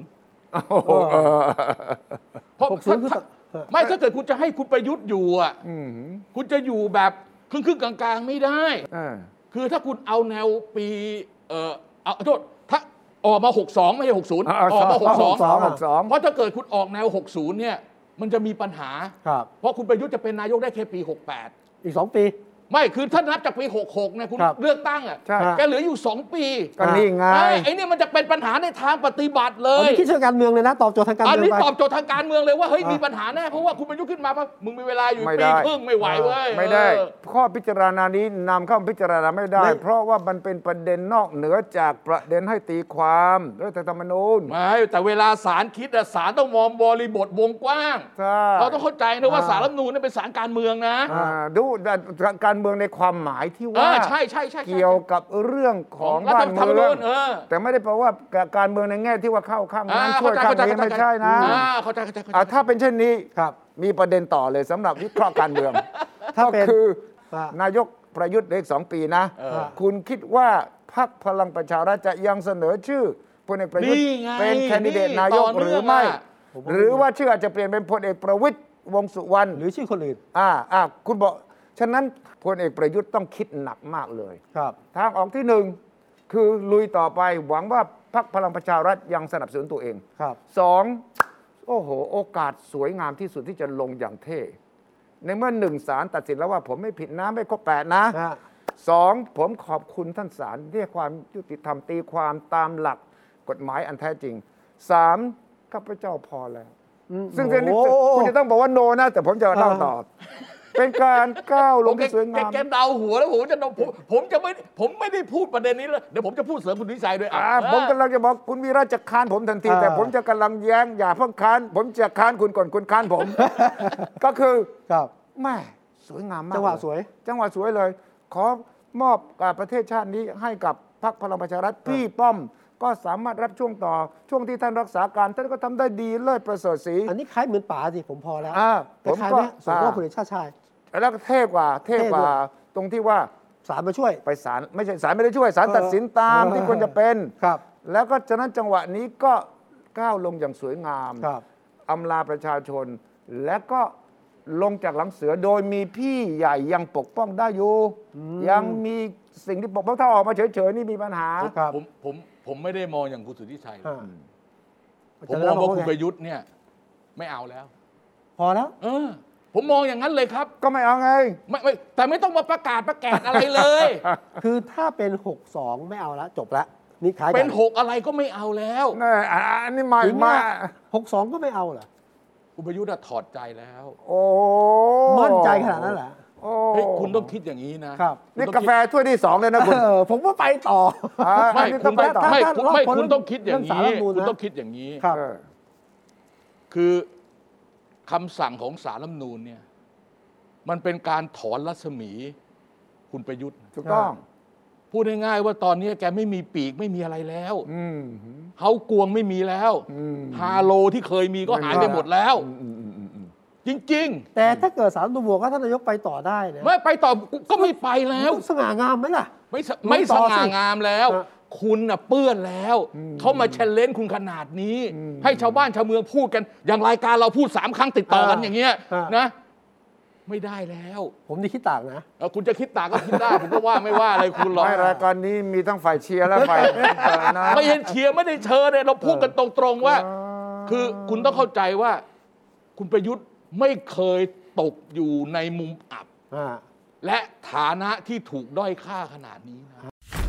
เพราะไม่ถ้าเกิดคุณจะให้คุณประยุทธ์อยู่อ่ะคุณจะอยู่แบบครึ่งๆกลางๆไม่ได้คือถ้าคุณเอาแนวปีเอ่อเอาโทษถ้าออกมาหกสิบสองไม่ใช่หกสิบออกมาหกสิบสองเพราะถ้าเกิดคุณออกแนวหกสิบเนี่ยมันจะมีปัญหาเพราะคุณประยุทธ์จะเป็นนายกได้แค่ปีหกสิบแปดอีกสองปีไม่คือถ้านับจากปีหกสิบหกเนี่ยคุณเลือกตั้งอ่ะแกเหลืออยู่สองปีก็นี่ไงไอ้นี่มันจะเป็นปัญหาในทางปฏิบัติเลยอันนี้คิดเชิงการเมืองเลยนะตอบโจทย์ทางการเมืองอันนี้ตอบโจทย์ทางการเมืองเลยว่าเฮ้ยมีปัญหาแน่เพราะว่าคุณประยุทธ์ขึ้นมาป่ะมึงมีเวลาอยู่ปีครึ่งไม่ไหวเว้ยไม่ได้ข้อพิจารณานี้นำเข้าพิจารณาไม่ได้เพราะว่ามันเป็นประเด็นนอกเหนือจากประเด็นให้ตีความรัฐธรรมนูญไม่แต่เวลาศาลคิดศาลต้องมองบริบทวงกว้างเราต้องเข้าใจนะว่าศาลรัฐธรรมนูญนี่เป็นศาลการเมืองนะดูการเมืองในความหมายที่ว่าใช่ใช่ใช่เกี่ยวกับเรื่องของบ้านเมืองแต่ไม่ได้แปลว่าการเมืองในแง่ที่ว่าเข้าข้างนั้นช่วยข้างนี้ไม่ใช่นะเข้าใจเข้าใจถ้าเป็นเช่นนี้มีประเด็นต่อเลยสำหรับวิเคราะห์การเมืองถ้าคือนายกประยุทธ์เลขสองปีนะคุณคิดว่าพรรคพลังประชารัฐจะยังเสนอชื่อพลเอกประยุทธ์เป็นแคนดิเดตนายกหรือไม่หรือว่าชื่ออาจจะเปลี่ยนเป็นพลเอกประวิตรวงษ์สุวรรณหรือชื่อคนอื่นอ่าอ่าคุณบอกฉะนั้นพลเอกประยุทธ์ต้องคิดหนักมากเลยครับทางออกที่หนึ่งคือลุยต่อไปหวังว่าพรรคพลังประชารัฐยังสนับสนุนตัวเองครับสองโอ้โหโอกาสสวยงามที่สุดที่จะลงอย่างเท่ในเมื่อหนึ่งศาลตัดสินแล้วว่าผมไม่ผิดนะไม่ครบแปดนะสองผมขอบคุณท่านศาลที่ให้ความยุติธรรมตีความตามหลักกฎหมายอันแท้จริงสามข้าพเจ้าพอแล้วซึ่งเรื่องนี้คุณจะต้องบอกว่าโนนะแต่ผมจะเล่าต่อเป็นการก้าวลงที่สวยงามแกเดาหัวแล้วผมจะผมผมจะไม่ผมไม่ได้พูดประเด็นนี้เลยเดี๋ยวผมจะพูดเสริมคุณวิชัยด้วยอ่ะผมกำลังจะบอกคุณวีระจะค้านผมทันทีแต่ผมจะกำลังแย้งอย่าเพิ่งค้านผมจะค้านคุณก่อนคุณค้านผมก็คือครับแม่สวยงามมากจังหวะสวยจังหวะสวยเลยขอมอบประเทศชาตินี้ให้กับพรรคพลังประชารัฐพี่ป้อมก็สามารถรับช่วงต่อช่วงที่ท่านรักษาการท่านก็ทำได้ดีเลิศประเสริฐศรีอันนี้คล้ายเหมือนป๋าสิผมพอแล้วผมก็สมมติว่าคุณชาติชายแล้วก็เทพกว่าเทพกว่าตรงที่ว่าศาลมาช่วยไปศาลไม่ใช่ศาลไม่ได้ช่วยศาลตัดสินตามที่ควรจะเป็นครับแล้วก็ฉะนั้นจังหวะนี้ก็ก้าวลงอย่างสวยงามครับอำลาประชาชนและก็ลงจากหลังเสือโดยมีพี่ใหญ่ยังปกป้องได้อยู่ยังมีสิ่งที่ปกป้องถ้าออกมาเฉยๆนี่มีปัญหาผมผมผมไม่ได้มองอย่างคุณสุทธิชัยผมมองว่าคุณประยุทธ์เนี่ยไม่เอาแล้วพอแล้วเออผมมองอย่างนั้นเลยครับก็ไม่เอาไงไม่ไม่แต่ไม่ต้องมาประกาศประกาศอะไรเลยคือถ้าเป็นหกสองไม่เอาแล้วจบแล้วนี่ขายเป็นหกอะไรก็ไม่เอาแล้วนี่อันนี้มามาหกสองก็ไม่เอาเหรอคุณประยุทธ์ถอดใจแล้วโอ้มั่นใจขนาดนั้นเหรอเฮ้ยคุณต้องคิดอย่างนี้นะครับนี่กาแฟถ้วยที่สองเลยนะคุณผมว่าไปต่อไม่คุณไม่ไม่คุณต้องคิดอย่างนี้คุณต้องคิดอย่างนี้คือคำสั่งของศาลรัฐธรรมนูญเนี่ยมันเป็นการถอนรัศมีคุณประยุทธ์ถูกต้องพูดง่ายๆว่าตอนนี้แกไม่มีปีกไม่มีอะไรแล้วเฮากวงไม่มีแล้วฮาโลที่เคยมีก็หายไปหมดแล้วจริงๆแต่ถ้าเกิดศาลรัฐธรรมนูญบอกว่าท่านนายกไปต่อได้นะไม่ไปต่อก็ไม่ไปแล้วสง่างามไหมล่ะไม่ไม่สง่างามแล้วคุณน่ะเปื้อนแล้วเขามาแชลเลนจ์คุณขนาดนี้ให้ชาวบ้านชาวเมืองพูดกันอย่างรายการเราพูดสามครั้งติดต่อกันอย่างเงี้ยนะไม่ได้แล้วผมนี่คิดต่างนะคุณจะคิดต่างก็คิดได้ผมก็ว่าไม่ว่าอะไรคุณหรอกไม่รายการนี้มีทั้งฝ่ายเชียร์และฝ่ายไม่เห็นเชียร์ไม่ได้เชิญเลยเราพูดกันตรงๆว่าคือคุณต้องเข้าใจว่าคุณประยุทธ์ไม่เคยตกอยู่ในมุมอับและฐานะที่ถูกด้อยค่าขนาดนี้นะ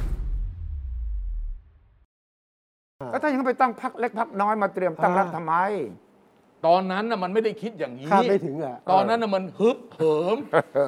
แล้วถ้ายังไปตั้งพรรคเล็กพรรคน้อยมาเตรียมตั้งรัฐทำไมตอนนั้นน่ะมันไม่ได้คิดอย่างนี้คาดไม่ถึงอ่ะตอนนั้นน่ะมันฮึบเหิม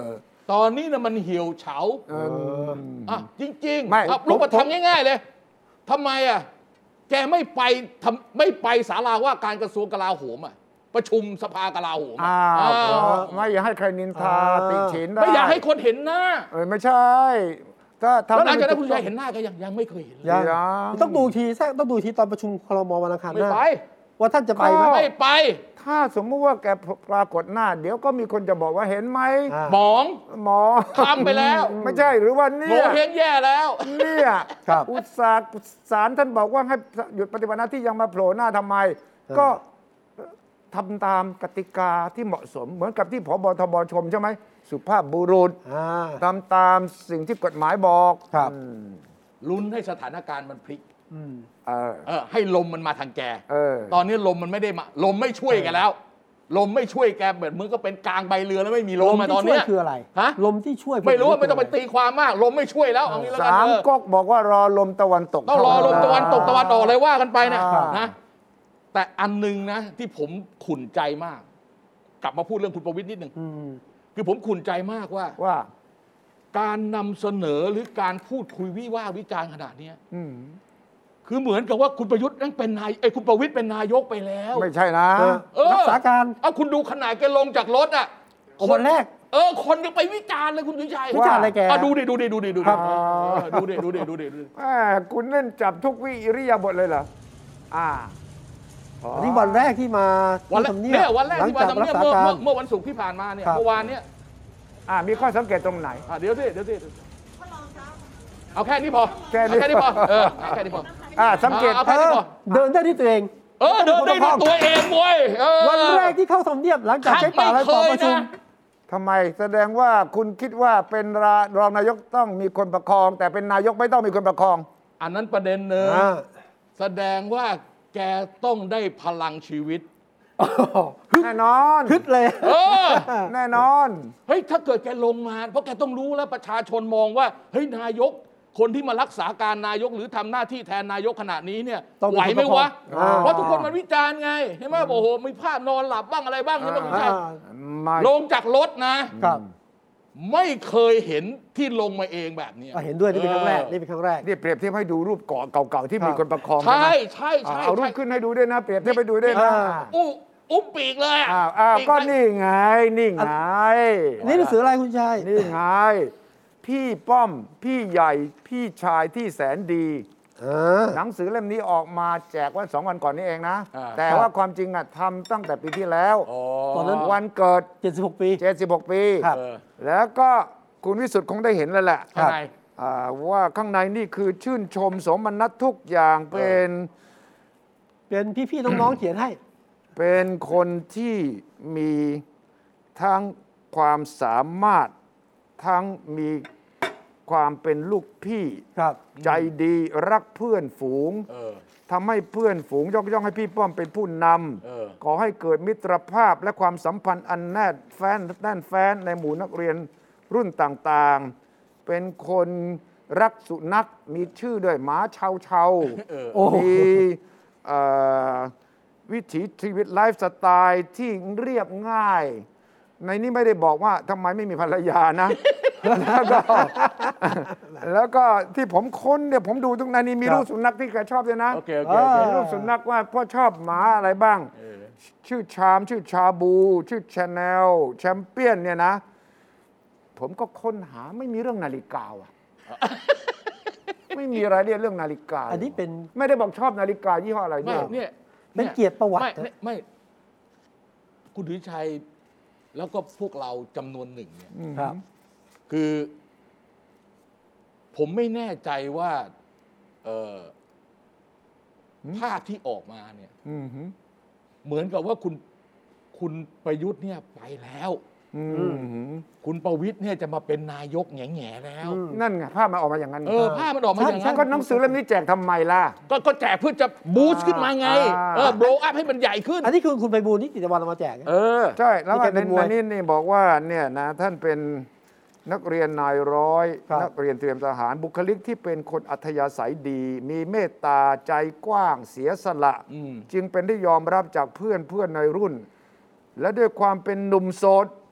ตอนนี้นะมันเหี่ยวเฉาเอออ่ะจริงๆไม่เอารูปธรรมง่ายๆเลยทำไมอ่ะแกไม่ไปทำไม่ไปศาลาว่าการกระทรวงกลาโหมอ่ะประชุมสภากลาโหมอ้าอ่ะวอ่าไม่อยากให้ใครนินทาอ่าติฉินได้ไม่อยากให้คนเห็นหน้าเออไม่ใช่ถ้าทำแล้วหลังจากนั้นให้คุณถูชักยเห็นหน้าก็ยังยังไม่เคยเห็นเลยยังยังต้องดูทีแท้ต้องดูทีตอนประชุมครมวันอังคารหไม่น้าไปว่าท่านจะไปไหมไม่ไปถ้าสมมติว่าแกปรากฏหน้า เดี๋ยวก็มีคนจะบอกว่าเห็นไหมอ่าหมองหมอทำไปแล้วไม่ใช่หรือว่าโงเนี่ยเฮงแย่แล้วเนี่ยครับอุตสาห์ศาลท่านบอกว่าให้หยุดปฏิบัติหน้าที่ยังมาโผล่หน้าทำไมอ่าก็ทำตามกติกาที่เหมาะสม เหมือนกับที่ผบทบชมใช่ไหมสุภาพบุรุษอ่าทำตามสิ่งที่กฎหมายบอกครับอืมลุ้นให้สถานการณ์มันพลิกอืมเออเออให้ลมมันมาทางแกเออตอนนี้ลมมันไม่ได้มา ลมไม่ช่วยแกแล้ว ลมไม่ช่วยแกเหมือนมึงก็เป็นกลางใบเรือแล้วไม่มีลมมาตอนที่ช่วเนี้ยยคืออะไรฮะลมที่ช่วยไม่รู้ว่าไม่ต้องไปคืะรตีความมาก ลมไม่ช่วยแล้วเอางี้แล้วกันสามเออก๊กบอกว่ารอลมตะวันตกต้องรอลมตะวันตกตะวันออกเลยว่ากันไปนะอ่านะ แต่อันหนึงนะที่ผมขุ่นใจมาก กลับมาพูดเรื่องคุณประวิตรนิดหนึ่งอืมคือผมขุ่นใจมากว่าว่าการนำเสนอหรือการพูดคุยวิว่าวิจารณ์ขนาดเนี้ยอืมคือเหมือนกับว่าคุณประยุทธ์นั่นเป็นนายไอ้ยคุณประวิตรเป็นนายกไปแล้วไม่ใช่นะเออเออรักษาการเอาคุณดูขนาดแกลงจากรถอ่ะคนแรกเออคนยังไปวิจารณ์เลยคุณสุชัยวิจารณ์อะไรแกอ่ะดูดิดูดิดูดิดูดิครับเออดูดิดูดิดูดิดูดิแหมคุณเล่นจับทุกวิอิริยาบถเลยเหรอ อ่าอันนี้วันแรกที่มาวันแรกที่ทำเนียบเนี่ยวันแรกหลังที่มาจากทำรัเนียกบษาเมื่อการเมื่อเมื่อวันศุกร์ที่ผ่านมาเนี่ยครับเมื่อวานเนี่ยอ่า มีข้อสังเกตตรงไหนอ่ะเดี๋ยวสิเดี๋ยวสิเอาแค่นี้พอแค่นี้เอาแค่นี้พอเออแค่นี้พออ่า สังเกตเอาแค่นี้พอเดินได้ด้วยตัวเองเออเดินได้ด้วยตัวเองเว้ยเออวันแรกที่เข้าทำเนียบหลังจากใช้ป่าอะไรต่อประชุมทำไมแสดงว่าคุณคิดว่าเป็นรารองนายกต้องมีคนประคอง แต่เป็นนายกไม่ต้องมีคนประคองอันนั้นประเด็นหนึ่งอ่าแสดงว่าแกต้องได้พลังชีวิตแน่นอนฮึดเลยเออแน่นอนเฮ้ยถ้าเกิดแกลงมาเพราะแกต้องรู้แล้วประชาชนมองว่าเฮ้ยนายกคนที่มารักษาการนายกหรือทำหน้าที่แทนนายกขณะนี้เนี่ยต้องมีไหวไหมวะอ่าเพราะทุกคนมันวิจารณ์ไงใช่ไหมบอกโอ้โหมีภาพนอนหลับบ้างอะไรบ้างใช่ไหมคุณชายอ่าไม่ลงจากรถนะครับไม่เคยเห็นที่ลงมาเองแบบเนี้ยอ่ะเห็นด้วยนี่เป็นครั้งแรกเออนี่เป็นครั้งแรกนี่เปรียบเทียบให้ดูรูปเก่าๆที่ครับมีคนประคองใช่ไหมใช่ใช่อ่าเอารูปใช่ขึ้นให้ดูด้วยนะ เปรียบเทียบให้ดูด้วยนะอ่าอู้อุ้มปีกเลยะอ้าวอ้าวปีก็เลยนี่ไง นี่ไงนี่หนังสืออะไรคุณชายนี่ไง พี่ป้อม พี่ใหญ่ พี่ชายที่แสนดีอ่าหนังสือเล่มนี้ออกมาแจกวันสองวันก่อนนี้เองนะอ่าแต่ครับว่าความจริงอะทำตั้งแต่ปีที่แล้วอ๋อตอนนั้นวันเกิดเจ็ดสิบหกปีเจ็ดสิบหกปีครับเออแล้วก็คุณวิสุทธ์คงได้เห็นแล้วแหละข้างในอ่าว่าข้างในนี่คือชื่นชมสมนัตทุกอย่างเป็นเป็นพี่ๆน้องๆเขียนให้เป็นคนที่มีทั้งความสามารถทั้งมีความเป็นลูกพี่ครับใจดีรักเพื่อนฝูงเออทำให้เพื่อนฝูงยกย่องให้พี่ป้อมเป็นผู้นเออำขอให้เกิดมิตรภาพและความสัมพันธ์อันแน่นแฟ้นแน่นแฟ้นในหมู่นักเรียนรุ่นต่างๆ เป็นคนรักสุนัขมีชื่อด้วยหมาเชาเชาเออโอ้โหมีเอ่อวิถีชีวิตไลฟ์สไตล์ที่เรียบง่าย ในนี้ไม่ได้บอกว่าทำไมไม่มีภรรยานะ แล้วก็แล้วก็ที่ผมค้นเนี่ยผมดูตรงนั้นนี่มีครับรูปสุนัขที่แกชอบด้วยนะโอเคโอเคโอเคอ่ามีรูปสุนัขว่าพ่อชอบหมาอะไรบ้างเออชื่อชาม ชื่อชาบู ชื่อชาแนลแชมเปี้ยนเนี่ยนะ ผมก็ค้นหาไม่มีเรื่องนาฬิกาอ่ะ ไม่มีรายละเอียดเรื่องนาฬิกาอันนี้เป็นไม่ได้บอกชอบนาฬิกายี่ห้ออะไรไม่ด้วยเนี่ยเป็นเกียรติประวัติไม่ไม่ไม่คุณดุชัย แล้วก็พวกเราจำนวนหนึ่งเนี่ยครับคือ ผมไม่แน่ใจว่าเอ่อภาพที่ออกมาเนี่ยอืมหืมเหมือนกับว่าคุณคุณประยุทธ์เนี่ยไปแล้วอืมหืมคุณประวิตรเนี่ยจะมาเป็นนายกแง่ๆแล้วอืมนั่นไงภาพมันออกมาอย่างนั้นเออภาพมันออกมาอย่างนั้นก็หนังสือเล่มนี้แจกทำไมล่ะก็ก็แจกเพื่อจะบูสต์ขึ้นมาไงอ่าเออโบว์อัพให้มันใหญ่ขึ้นอันนี้คือคุณไปบูลนิติวันเอามาแจกเออใช่ แล้วนี่แกในเป็นมวยในนี้นี่บอกว่าเนี่ยนะท่านเป็นนักเรียนนายร้อยครับนักเรียนเตรียมทหารบุคลิกที่เป็นคนอัธยาศัยดี มีเมตตาใจกว้างเสียสละอืมจึงเป็นได้ยอมรับจากเพื่อนเพื่อนในรุ่น และด้วยความเป็นหนุ่มโสด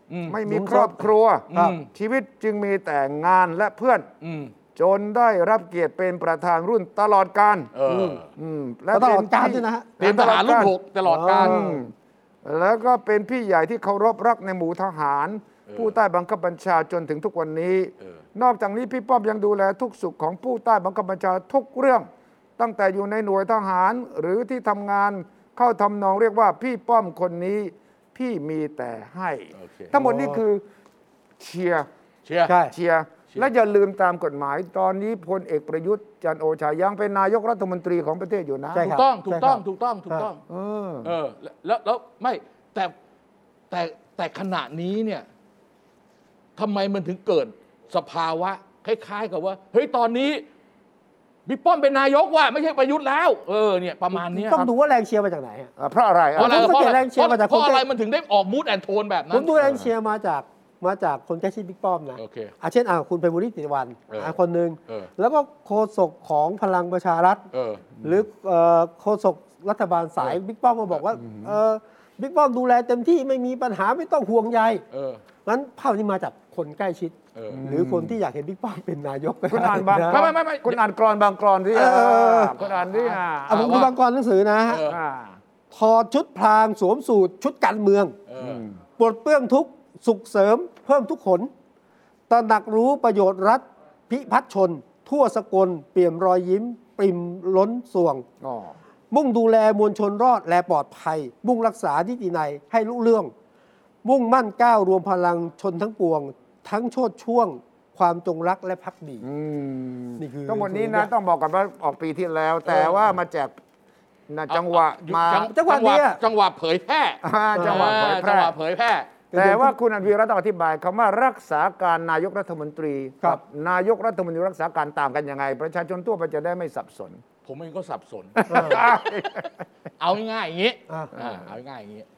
ไม่มีครอบครัวชีวิตจึงมีแต่งานและเพื่อนจนได้รับเกียรติเป็นประธานรุ่นตลอดกาลและตลอดกาลด้วยนะฮะเป็นทหารรุ่นหกตลอดกาลแล้วก็เป็นพี่ใหญ่ที่เคารพรักในหมู่ทหารผู้ใต้บังคับบัญชาจนถึงทุกวันนี้นอกจากนี้พี่ป้อมยังดูแลทุกสุขของผู้ใต้บังคับบัญชาทุกเรื่องตั้งแต่อยู่ในหน่วยทหารหรือที่ทำงานเข้าทำนองเรียกว่าพี่ป้อมคนนี้พี่มีแต่ให้ทั้งหมดนี่คือเชียร์เชียร์เชียร์และอย่าลืมตามกฎหมายตอนนี้พลเอกประยุทธ์จันทร์โอชายังเป็นนายกรัฐมนตรีของประเทศอยู่นะถูกต้องถูกต้องถูกต้องถูกต้องเออเออแล้วแล้วไม่แต่แต่แต่ขณะนี้เนี่ยทำไมมันถึงเกิดสภาวะคล้ายๆกับว่าเฮ้ยตอนนี้บิ๊กป้อมเป็นนายกว่ะไม่ใช่ประยุทธ์แล้วเออเนี่ยประมาณนี้ต้องดูว่าแรงเชียร์มาจากไหนเพราะอะไรเพราะอะไรเพราะแรงเชียร์มาจากเพราะอะไรมันถึงได้ออกมูดแอนโทนแบบนั้นผมดูแรงเชียร์มาจากมาจากคนใกล้ชิดบิ๊กป้อมนะอาเช่นอ่าคุณไพบูลย์นิติวันอ่าคนหนึ่งแล้วก็โฆษกของพลังประชารัฐหรือโฆษกรัฐบาลสายบิ๊กป้อมมาบอกว่าบิ๊กป้อมดูแลเต็มที่ไม่มีปัญหาไม่ต้องห่วงใยงั้นภาพนี้มาจากคนใกล้ชิดหรือคนที่อยากเห็นบิ๊กป้อมเป็นนายกคุณอ่านบางไม่ไม่ไม่คุณอ่านกรอนบางกรอนที่คุณอ่านที่อ่าผมดูบางกรอนหนังสือนะถอดชุดพรางสวมสูทชุดการเมืองปลดเปลื้องทุกสุขเสริมเพิ่มทุกขนตระหนักรู้ประโยชน์รัฐพิพัฒน์ชนทั่วสกลเปี่ยมรอยยิ้มปริ่มล้นสวงมุ่งดูแลมวลชนรอดและปลอดภัยมุ่งรักษานิตินัยให้ลุเรื่องมุ่งมั่นก้าวรวมพลังชนทั้งปวงทั้งโชติช่วงความจงรักและภักดีนี่คือทั้งหมดนี้นะต้องบอกกันว่าออกปีที่แล้วแต่ว่ามาแจกจังหวะมาจังหวะนี้จังหวะเผยแพร่จังหวะเผยแพร่เผยแพร่แต่ว่าคุณอภิรัตน์ต้องอธิบายคำว่ารักษาการนายกรัฐมนตรีกับนายกรัฐมนตรีรักษาการต่างกันยังไงประชาชนทั่วไปจะได้ไม่สับสนผมเองก็สับสนเอาง่ายๆอย่างนี้เอาง่ายๆอย่างนี้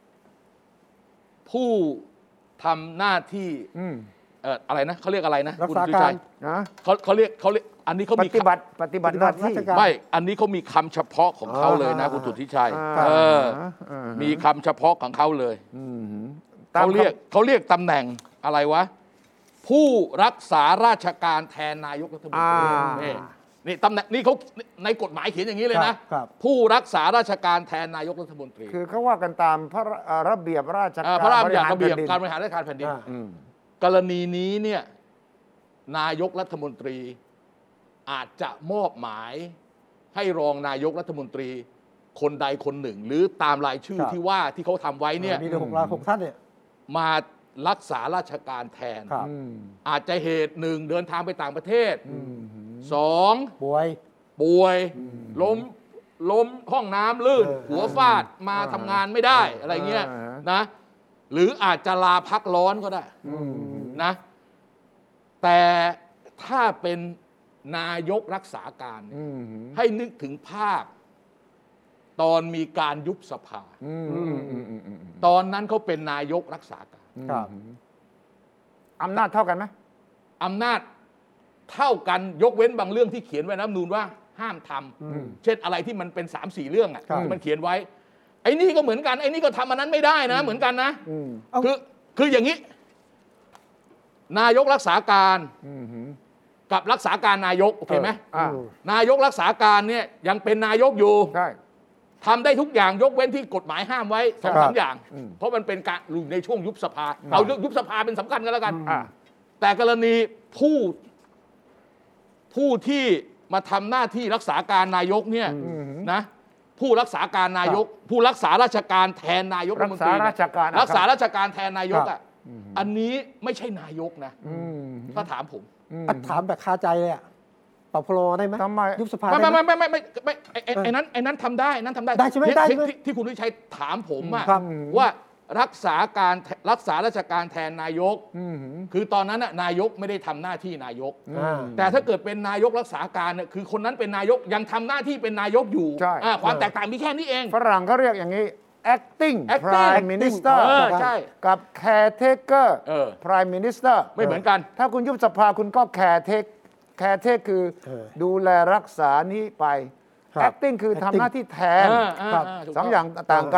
ผู้ทำหน้าที่เอ่ออะไรนะเขาเรียกอะไรนะคุณสุชัยนะเขาเขาเรียกเขาเรียกอันนี้เขามีปฏิบัติปฏิบัติหน้าที่ไม่อันนี้เขามีคำเฉพาะของเขาเลยนะคุณสุทธิชัยเออมีคำเฉพาะของเขาเลยเขาเรียกเขาเรียกตำแหน่งอะไรวะผู้รักษาราชการแทนนายกรัฐมนตรีนี่นี่ตำแหน่งนี่เขาในกฎหมายเขียนอย่างนี้เลยนะผู้รักษาราชการแทนนายกรัฐมนตรีคือเขาว่ากันตามพระระเบียบราชการพระราชบัญญัติระเบียบการบริหารราชการแผ่นดินกรณีนี้เนี่ยนายกรัฐมนตรีอาจจะมอบหมายให้รองนายกรัฐมนตรีคนใดคนหนึ่งหรือตามรายชื่อที่ว่าที่เขาทำไว้เนี่ยมีหกรายหกท่านเนี่ยมารักษาราชการแทนอาจจะเหตุหนึ่งเดินทางไปต่างประเทศสองป่วยป่วยล้มล้มห้องน้ำลื่นหัวฟาดมาทำงานไม่ได้อะไรเงี้ยนะหรืออาจจะลาพักร้อนก็ได้นะแต่ถ้าเป็นนายกรักษาการให้นึกถึงภาพตอนมีการยุบสภาตอนนั้นเขาเป็นนายกรักษาการอำนาจเท่ากันไหมอำนาจเท่ากันยกเว้นบางเรื่องที่เขียนไว้ในรัฐธรรมนูญว่าห้ามทำเช่นอะไรที่มันเป็นสามสี่เรื่องอ่ะที่มันเขียนไว้ไอ้นี่ก็เหมือนกันไอ้นี่ก็ทำอันนั้นไม่ได้นะเหมือนกันนะคือคืออย่างนี้นายกรักษาการกับรักษาการนายกโอเคไหมนายกรักษาการเนี่ยยังเป็นนายกอยู่ทำได้ทุกอย่างยกเว้นที่กฎหมายห้ามไว้สองสามอย่างเพราะมันเป็นการอยู่ในช่วงยุบสภาเอายุบสภาเป็นสำคัญกันแล้วกันแต่กรณีผู้ผู้ที่มาทำหน้าที่รักษาการนายกเนี่ยนะผู้รักษาการนายกผู้รักษาราชการแทนนายกรัฐมนตรีรักษาราชการรักษาราชการแทนนายกอ่ะอันนี้ไม่ใช่นายกนะถ้าถามผมถามแบบคาใจเลยอ่ะปรับพลอได้ไหมทำไมยุบสภาไม่ไม่ไม่ไม่ไม่ไม่ไอ้นั้นไอ้นั้นทำได้นั้นทำได้ได้ใช่ไหมได้ที่คุณวิชัยถามผมอะว่ารักษาการรักษาราชการแทนนายกคือตอนนั้นนายกไม่ได้ทำหน้าที่นายกแต่ถ้าเกิดเป็นนายกรักษาการเนี่ยคือคนนั้นเป็นนายกยังทำหน้าที่เป็นนายกอยู่ความแตกต่างมีแค่นี้เองฝรั่งเขาเรียกอย่างนี้ acting prime minister กับ caretaker prime minister ไม่เหมือนกันถ้าคุณยุบสภาคุณก็ caretake caretake คือดูแลรักษานี้ไป acting คือทำหน้าที่แทนสองอย่างต่างกัน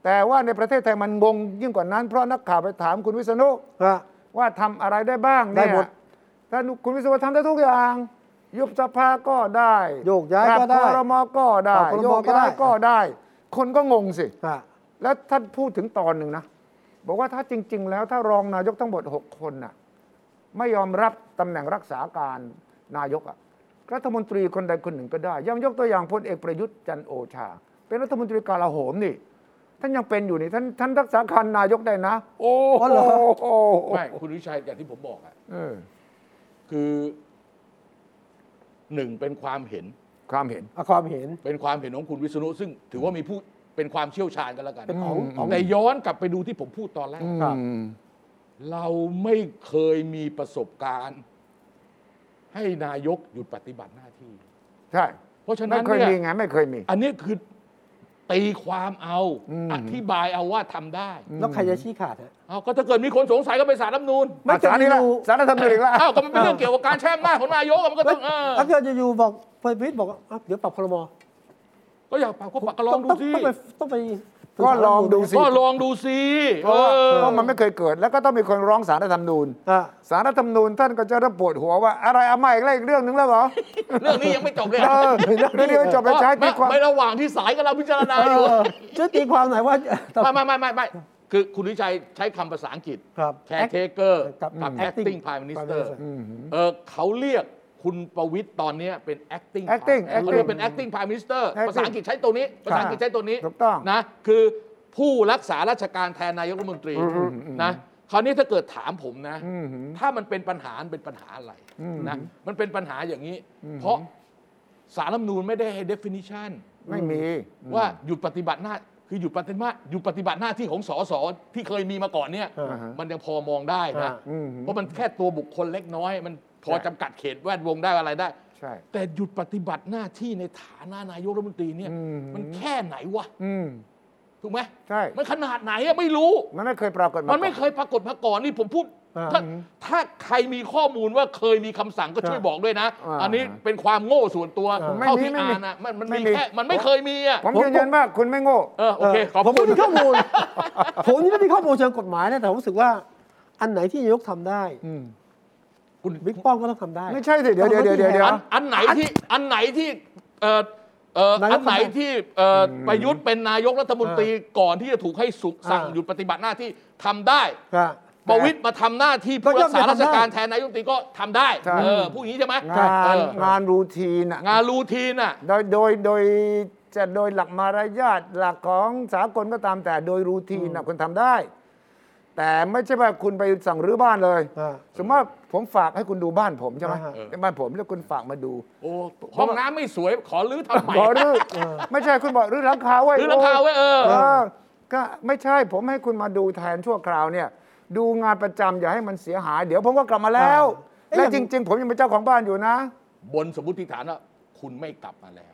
แต่ว่าในประเทศไทยมันงงยิ่งกว่านั้นเพราะนักข่าวไปถามคุณวิษณุว่าทำอะไรได้บ้างเนี่ยท่านคุณวิษณุทำได้ทุกอย่างยุบสภาก็ได้โยกย้ายก็ได้ครม.ก็ได้โยกย้ายก็ได้คนก็งงสิแล้วท่านพูดถึงตอนหนึ่งนะบอกว่าถ้าจริงๆแล้วถ้ารองนายกทั้งหมดหกคนน่ะไม่ยอมรับตำแหน่งรักษาการนายกอ่ะรัฐมนตรีคนใดคนหนึ่งก็ได้ยังยกตัวอย่างพลเอกประยุทธ์จันทร์โอชาเป็นรัฐมนตรีกลาโหมนี่ท่านยังเป็นอยู่นี่ท่านท่านรักษาการนายกได้นะโอ้โหไม่คุณวิชัยอย่างที่ผมบอกอ่ะคือหนึ่งเป็นความเห็นความเห็นความเห็นเป็นความเห็นของคุณวิษณุซึ่งถือว่ามีผู้เป็นความเชี่ยวชาญกันแล้วกันแต่ย้อนกลับไปดูที่ผมพูดตอนแรกเราไม่เคยมีประสบการณ์ให้นายกหยุดปฏิบัติหน้าที่ใช่เพราะฉะนั้นไม่เคยมีไงไม่เคยมีอันนี้คือตีความเอาอธิบายเอาว่าทำได้แล้วใครจะชี้ขาดเอาก็ถ้าเกิดมีคนสงสัยก็ไปศาลรัฐธรรมนูญไม่ศาลนี่ละศาลรัฐธรรมนูญอีกแล้วอ้าวก็มันเป็นเรื่องเกี่ยวกับการแช่งหน้าของนายกมันก็ต้องถ้าเกิดจะอยู่บอกพลเอกประวิตรบอกเดี๋ยวปรับครม. ก็อยากปรับก็ปรับก็ลองดูสิต้องไปต้องไปก็ลองดูสิก็ลองดูสิเพราะมันไม่เคยเกิดแล้วก็ต้องมีคนร้องศาลรัฐธรรมนูญศาลรัฐธรรมนูญท่านก็จะระปวดหัวว่าอะไรเอาใหม่อีกเรื่องนึงแล้วเหรอเรื่องนี้ยังไม่จบเลยเรื่องนี้ไม่จบไปใช้ตีความไม่ระหว่างที่สายก็เราพิจารณาอยู่จะตีความไหนว่าไม่ไม่ไม่ไม่คือคุณวิชัยใช้คำภาษาอังกฤษ caretaker กับ acting prime minister เออเขาเรียกคุณประวิตรตอนนี้เป็น acting acting เขาเรียกเป็น acting prime minister ภาษาอังกฤษใช้ตัวนี้ภาษาอังกฤษใช้ตัวนี้ถูกต้องนะคือผู้รักษาราชการแทนนายกรัฐมนตรีนะคราวนี้ถ้าเกิดถามผมนะถ้ามันเป็นปัญหาเป็นปัญหาอะไรนะมันเป็นปัญหาอย่างนี้เพราะศาลรัฐธรรมนูญไม่ได้ให้ definition ไม่มีว่าหยุดปฏิบัติหน้าคือหยุดปฏิบัติหยุดปฏิบัติหน้าที่ของสสที่เคยมีมาก่อนเนี่ยมันยังพอมองได้นะเพราะมันแค่ตัวบุคคลเล็กน้อยมันพอจำกัดเขตแวดวงได้อะไรได้แต่หยุดปฏิบัติหน้าที่ในฐานะนายกรัฐมนตรีเนี่ยมันแค่ไหนวะถูกไหมใช่มันขนาดไหนอะไม่รู้มันไม่เคยปรากฏมันไม่เคยปรากฏมาก่อนนี่ผมพูดถ้าถ้าใครมีข้อมูลว่าเคยมีคำสั่งก็ช่วยบอกด้วยนะอันนี้เป็นความโง่ส่วนตัวเท่าที่อ่านนะมันมันมีแค่มันไม่เคยมีอะผมยืนยันว่าคุณไม่โง่เออโอเคขอบคุณผมมีข้อมูลผมนี่ไม่มีข้อมูลเชิงกฎหมายนะแต่ผมรู้สึกว่าอันไหนที่นายกทำได้คุณบิ๊กป้อมก็ต้องทำได้ไม่ใช่สิเดี๋ยวเดี๋ยวเดี๋ยวเดี๋ยวอันไหนที่อันไหนที่เอ่อเอ่ออันไหนที่ประยุทธ์เป็นนายกรัฐมนตรีก่อนที่จะถูกให้สุกสั่งหยุดปฏิบัติหน้าที่ทำได้ประวิตรมาทำหน้าที่ผู้รักษาราชการแทนนายกรัฐมนตรีก็ทำได้เออผู้นี้ใช่ไหมงานงานรูทีนงานรูทีนอ่ะโดยโดยโดยจะโดยหลักมารยาทหลักของสากลก็ตามแต่โดยรูทีนคุณทำได้แต่ไม่ใช่ว่าคุณไปสั่งรื้อบ้านเลยสมมติว่าผมฝากให้คุณดูบ้านผมใช่ไหมบ้านผมแล้วคุณฝากมาดูโอ้ห้องน้ำไม่สวยขอรื้อทำใหม่ขอรื้อไม่ใช่คุณบอกรื้อหลังคาไว้รื้อหลังคาไว้เออก็ไม่ใช่ผมให้คุณมาดูแทนชั่วคราวเนี่ยดูงานประจำอย่าให้มันเสียหายเดี๋ยวผมก็กลับมาแล้วและจริงๆผมยังเป็นเจ้าของบ้านอยู่นะบนสมมติฐานว่าคุณไม่กลับมาแล้ว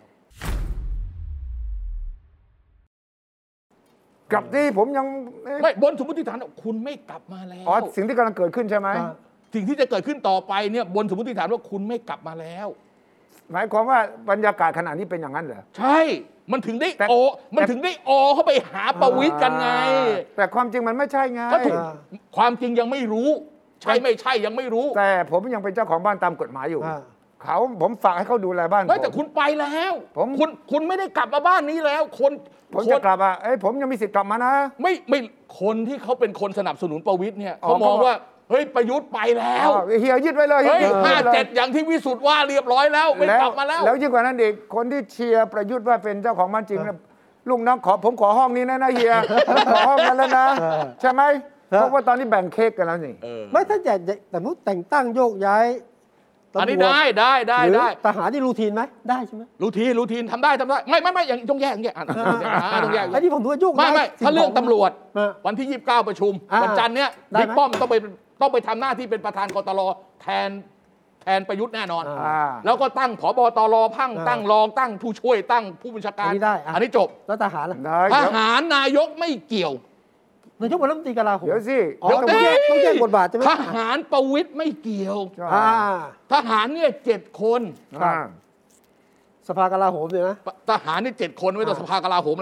กลับที่ผมยังไม่บนสมมติฐานคุณไม่กลับมาแล้วอ๋อสิ่งที่กำลังเกิดขึ้นใช่ไหมสิ่งที่จะเกิดขึ้นต่อไปเนี่ยบนสมมติฐานว่าคุณไม่กลับมาแล้วหมายความว่าบรรยากาศขณะนี้เป็นอย่างนั้นเหรอใช่มันถึงได้โอมันถึงได้อเข้าไปหาประวิตรกันไงแต่ความจริงมันไม่ใช่ไงความจริงยังไม่รู้ใช่ไม่ใช่ยังไม่รู้แต่ผมยังเป็นเจ้าของบ้านตามกฎหมายอยู่เขาผมฝากให้เขาดูแลบ้านผมแต่คุณไปแล้วผมคุณคุณไม่ได้กลับมาบ้านนี้แล้วคนผมจะกลับอ่ะเอ้ยผมยังมีสิทธิ์กลับมานะไม่ไม่คนที่เขาเป็นคนสนับสนุนประวิตรเนี่ยเขามองว่าเฮ้ยประยุทธ์ไปแล้วเฮียยึดไว้เลยเฮ้ยห้าเจ็ดอย่างที่วิสุทธ์ว่าเรียบร้อยแล้วไม่กลับมาแล้วแล้วยิ่งกว่านั้นอีกคนที่เชียร์ประยุทธ์ว่าเป็นเจ้าของบ้านจริงเนี่ยลุงน้องขอผมขอห้องนี้นะนะเฮียขอห้องนั้นแล้วนะใช่ไหมเพราะว่าตอนนี้แบ่งเค้กกันแล้วนี่ไม่ถ้าจะแต่มุดแต่งตั้งโยกย้ายอันนี้ได้ได้ได้ได้ทหารนี่รูทีนไหมได้ใช่ไหมรูทีนรูทีนทำได้ทำได้ไม่ไม่ไม่อย่างต้องแยกอย่างเงี้ยต้องแยกไอ้ที่ผมดูว่าโยกไม่ไม่ถ้าเรื่องตำรวจวันที่ยี่สิบเก้าประชุมวันจันทร์เนี้ยบิ๊กป้อมต้องไปต้องไปทำหน้าที่เป็นประธานกตรแทนแทนประยุทธ์แน่นอนแล้วก็ตั้งผบตรพังตั้งรองตั้งผู้ช่วยตั้งผู้บัญชาการอันนี้จบแล้วทหารทหารนายกไม่เกี่ยวนายกเป็นรัฐมนตรีกลาโหมเดี๋ยวสิต้องแยกต้องแยกบทบาทใช่ไหมทหารประวิตรไม่เกี่ยวทหารเนี่ยเจ็ดคนสภากลาโหมเลยนะทหารนี่เจ็ดคนไม่ต้องสภากลาโหมอะไรหรอก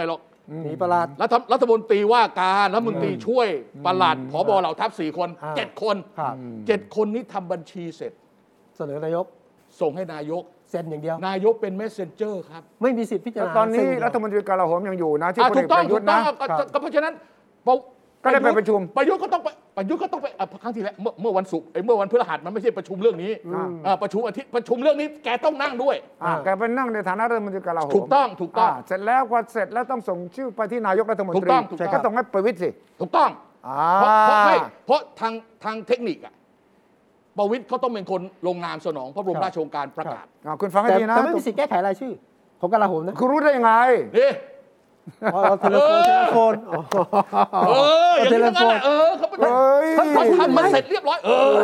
มีปลัดรัฐรัฐมนตรีว่าการรัฐมนตรีช่วยปลัดผบเหล่าทัพสี่คนเจ็ดคนเจ็ดคนนี้ทำบัญชีเสร็จเสนอนายกส่งให้นายกเซ็นอย่างเดียวนายกเป็นเมสเซนเจอร์ครับไม่มีสิทธิ์พิจารณาตอนนี้รัฐมนตรีกลาโหมยังอยู่นะที่พลเอกประยุทธ์นะก็เพราะฉะนั้นก็ได้ไปประชุมประยุทธ์ก็ต้องไปประยุทธ์ก็ต้องไปครั้งที่แล้วเมื่อวันศุกร์เมื่อวันพฤหัสมันไม่ใช่ประชุมเรื่องนี้ประชุมอาทิตย์ประชุมเรื่องนี้แกต้องนั่งด้วยแกไปนั่งในฐานะรัฐมนตรีกลาโหมถูกต้องถูกต้องเสร็จแล้วพอเสร็จแล้วต้องส่งชื่อไปที่นายกรัฐมนตรีก็ต้องให้ประวิตรสิถูกต้องเพราะเพราะไม่เพราะทางทางเทคนิคอะประวิตรเขาต้องเป็นคนลงนามสนองพระบรมราชโองการประกาศคุณฟังให้ดีนะแต่ไม่มีสิทธิ์แก้ไขรายชื่อของกลาโหมนะคุณรู้ได้ยังไงนี่เทเลโฟนเทเลโฟนเอออย่างนี้งั้นเออเขาเขาทำมันเสร็จเรียบร้อยเออ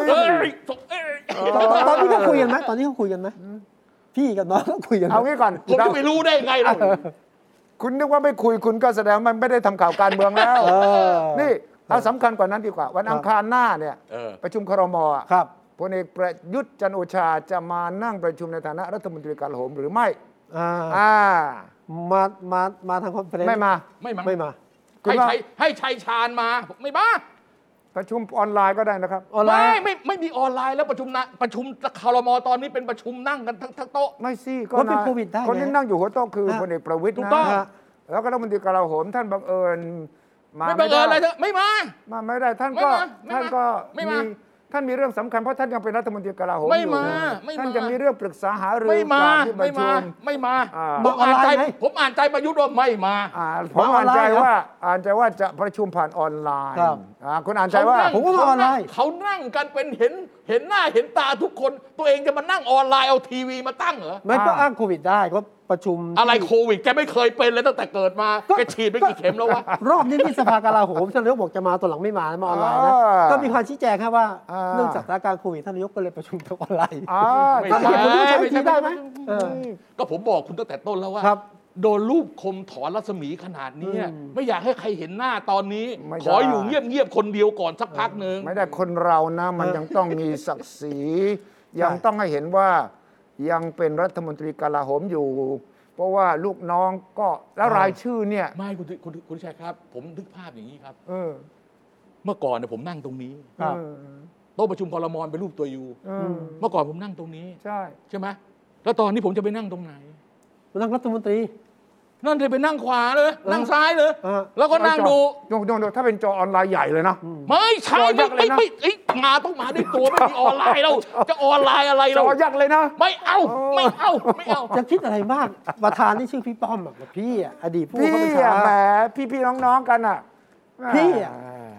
ตอนนี้เขาคุยกันไหมตอนนี้เขาคุยกันไหมพี่กับน้องเขาคุยกันเอางี้ก่อนผมจะไปรู้ได้ไงล่ะคุณนึกว่าไม่คุยคุณก็แสดงมันไม่ได้ทำข่าวการเมืองแล้วนี่เอาสำคัญกว่านั้นดีกว่าวันอังคารหน้าเนี่ยประชุมครม. ครับพลเอกประยุทธ์จันทร์โอชาจะมานั่งประชุมในฐานะรัฐมนตรีกลาโหมหรือไม่อ่ามามามาทางคอนเฟอเรนซ์ไม่มาไม่มาไม่มาให้ชัยให้ชัยชาญมาไม่มาประชุมออนไลน์ก็ได้นะครับออนไลน์ไม่ไม่มีออนไลน์แล้วประชุมนะประชุมครม.ตอนนี้เป็นประชุมนั่งกันทั้งทั้งโต๊ะไม่สิก็เป็นโควิดได้คนที่นั่งอยู่หัวโต๊ะคือพลเอกประวิตรนะแล้วก็รัฐมนตรีกลาโหมท่านบังเอิญมาไม่บังเอิญอะไรเถอะไม่มามาไม่ได้ท่านก็ท่านก็มีท่านมีเรื่องสำคัญเพราะท่านยังเป็นรัฐมนตรีกลาโหมไม่มาท่านจะมีเรื่องปรึกษาหารือไม่มาไม่มาไม่มาผมอ่านใจผมอ่านใจประยุทธ์ว่าไม่มาผมอ่านใจว่าอ่านใจว่าจะประชุมผ่านออนไลน์คุณอ่านใจว่าผมก็ออนไลน์เขานั่งกันเป็นเห็นเห็นหน้าเห็นตาทุกคนตัวเองจะมานั่งออนไลน์เอาทีวีมาตั้งเหรอไม่ก็อ้างโควิดได้ก็ประชุมอะไรโควิดแกไม่เคยเป็นเลยตั้งแต่เกิดมาแกฉีดไปกี่เข็มแล้ววะรอบนี้ที่สภากลาโหมท่านนายกบอกจะมาตัวหลังไม่มามาออนไลน์นะก็มีความชี้แจงครับว่าเนื่องจากสถานการณ์โควิดท่านนายกก็เลยประชุมทางออนไลน์ไม่ใช่ไม่ใช่ได้ไหมก็ผมบอกคุณตั้งแต่ต้นแล้วว่าโดนรูปคมถอนรัศมีขนาดนี้ไม่อยากให้ใครเห็นหน้าตอนนี้ขออยู่เงียบๆคนเดียวก่อนสักพักหนึ่งไม่ได้คนเรานะมันยังต้องมีศักดิ์ศรียังต้องให้เห็นว่ายังเป็นรัฐมนตรีกลาโหมอยู่เพราะว่าลูกน้องก็แล้วรายชื่อเนี่ยไม่คุณคุณคุณชัยครับผมนึกภาพอย่างนี้ครับเออเมื่อก่อนเนี่ยผมนั่งตรงนี้โต๊ะประชุมครม.เป็นรูปตัวยูเมื่อก่อนผมนั่งตรงนี้ใช่ใช่ไหมแล้วตอนนี้ผมจะไปนั่งตรงไหนนั่งรัฐมนตรีนั่นจะไปนั่งขวาเลยนั่งซ้ายเลยแล้วก็นั่งดูดูดูถ้าเป็นจอออนไลน์ใหญ่เลยนะไม่ใช่ไม่ไม่ไม่มาต้องมาด้วยตัวไม่มีออนไลน์เราจะออนไลน์อะไรเราจอยักษ์เลยนะไม่เอาไม่เอาไม่เอาจะคิดอะไรมากประธานนี่ชื่อพี่ป้อมแบบพี่อ่ะอดีตผู้บัญชาการแหมพี่พี่น้องๆกันอ่ะพี่อ่ะ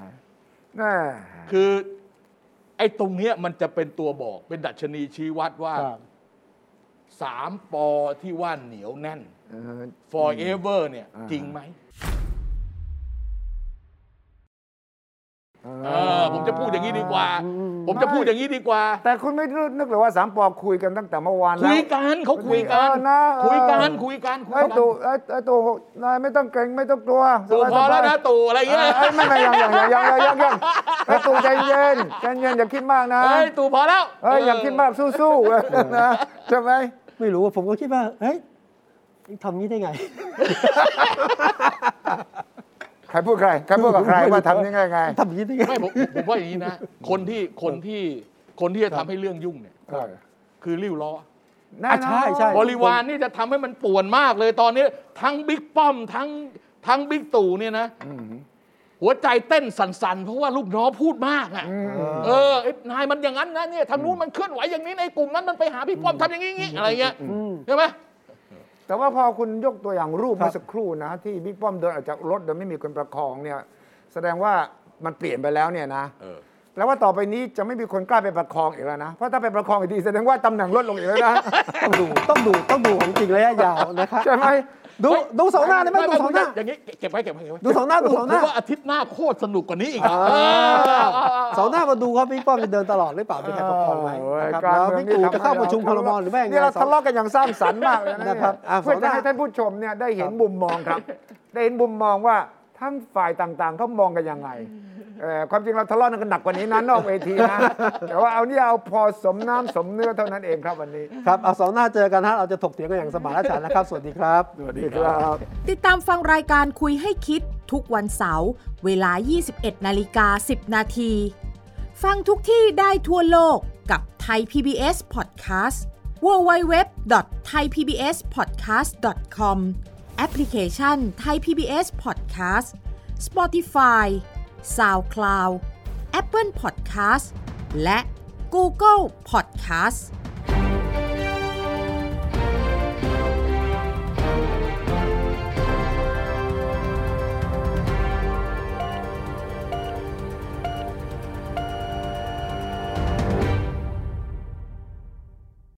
คือไอ้ตรงเนี้ยมันจะเป็นตัวบอกเป็นดัชนีชี้วัดว่าสามปอที่ว่าเหนียวแน่น forever เนี่ยจริงไหมเออผมจะพูดอย่างนี้ดีกว่าผมจะพูดอย่างนี้ดีกว่าแต่คุณไม่นึกเลยว่าสามปอคุยกันตั้งแต่เมื่อวานแล้วคุยกันเขาคุยกันนะคุยกันคุยกันไอ้ตู่ไอ้ตู่นายไม่ต้องเกรงไม่ต้องกลัวตู่พอแล้วนะตู่อะไรเงี้ยไม่ไม่ยังยังยังยังยังยังไอ้ตู่ใจเย็นใจเย็นอย่าคิดมากนะไอ้ตู่พอแล้วเฮ้ยอย่าคิดมากสู้ๆนะใช่ไหมไม่รู้ผมก็คิดว่าเฮ้ยทำนี้ได้ไงใครพูดใครใครพูดกับใครว่าทำยังไงไงทำอย่างนี้ได้ไงไม่ผมผมว่าอย่างนี้นะคนที่คนที่คนที่จะทำให้เรื่องยุ่งเนี่ยคือริ้วล้อใช่ใช่บริวารนี่จะทำให้มันป่วนมากเลยตอนนี้ทั้งบิ๊กป้อมทั้งทั้งบิ๊กตู่เนี่ยนะหัวใจเต้นสั่นๆเพราะว่าลูกน้องพูดมากอ่ะเออนายมันอย่างนั้นนะเนี่ยทางนู้นมันเคลื่อนไหวอย่างนี้ในกลุ่มนั้นมันไปหาบิ๊กป้อมทำอย่างนี้อะไรเงี้ยใช่ไหมแต่ว่าพอคุณยกตัวอย่างรูปเมื่อสักครู่นะที่บิ๊กป้อมเดินออกจากรถโดยไม่มีคนประคองเนี่ยแสดงว่ามันเปลี่ยนไปแล้วเนี่ยนะแล้วว่าต่อไปนี้จะไม่มีคนกล้าไปประคองอีกแล้วนะเพราะถ้าไปประคองอีกทีแสดงว่าตำแหน่งลดลงอีกแล้วนะต้องดูต้องดูต้องดูของจริงระยะยาวนะครับใช่ไหมดูดูสองหน้าได้ไหมดูสองหน้าอย่างนี้เก็บไว้เก็บไว้ดูสองหน้าดูสองหน้าว่าอาทิตย์หน้าโคตรสนุกกว่านี้อีกสองหน้ามาดูครับพี่ป้อมจะเดินตลอดหรือเปล่าเป็นใครประคองไหมแล้วพี่ตู่จะเข้าประชุมครม.หรือไม่นี่เราทะเลาะกันอย่างสร้างสรรค์มากเลยนะครับเพื่อจะให้ท่านผู้ชมเนี่ยได้เห็นมุมมองครับได้เห็นมุมมองว่าทั้งฝ่ายต่างๆเขามองกันยังไงเอ่อความจริงเราทะเลาะกันหนักกว่านี้นะนอกเวทีนะแต่ว่าเอาเนี่ยเอาพอสมน้ำสมเนื้อเท่านั้นเองครับวันนี้ครับเอาเสาร์หน้าเจอกันฮะเราจะถกเถียงกันอย่างสมานฉันท์นะครับสวัสดีครับสวัสดีครับติดตามฟังรายการคุยให้คิดทุกวันเสาร์เวลา ยี่สิบเอ็ดนาฬิกาสิบนาที ฟังทุกที่ได้ทั่วโลกกับ Thai พี บี เอส Podcastดับเบิลยู ดับเบิลยู ดับเบิลยู ดอท ไทย พี บี เอส พอดแคสต์ ดอท คอม แอปพลิเคชัน Thai พี บี เอส Podcast Spotify SoundCloud Apple Podcast และ Google Podcast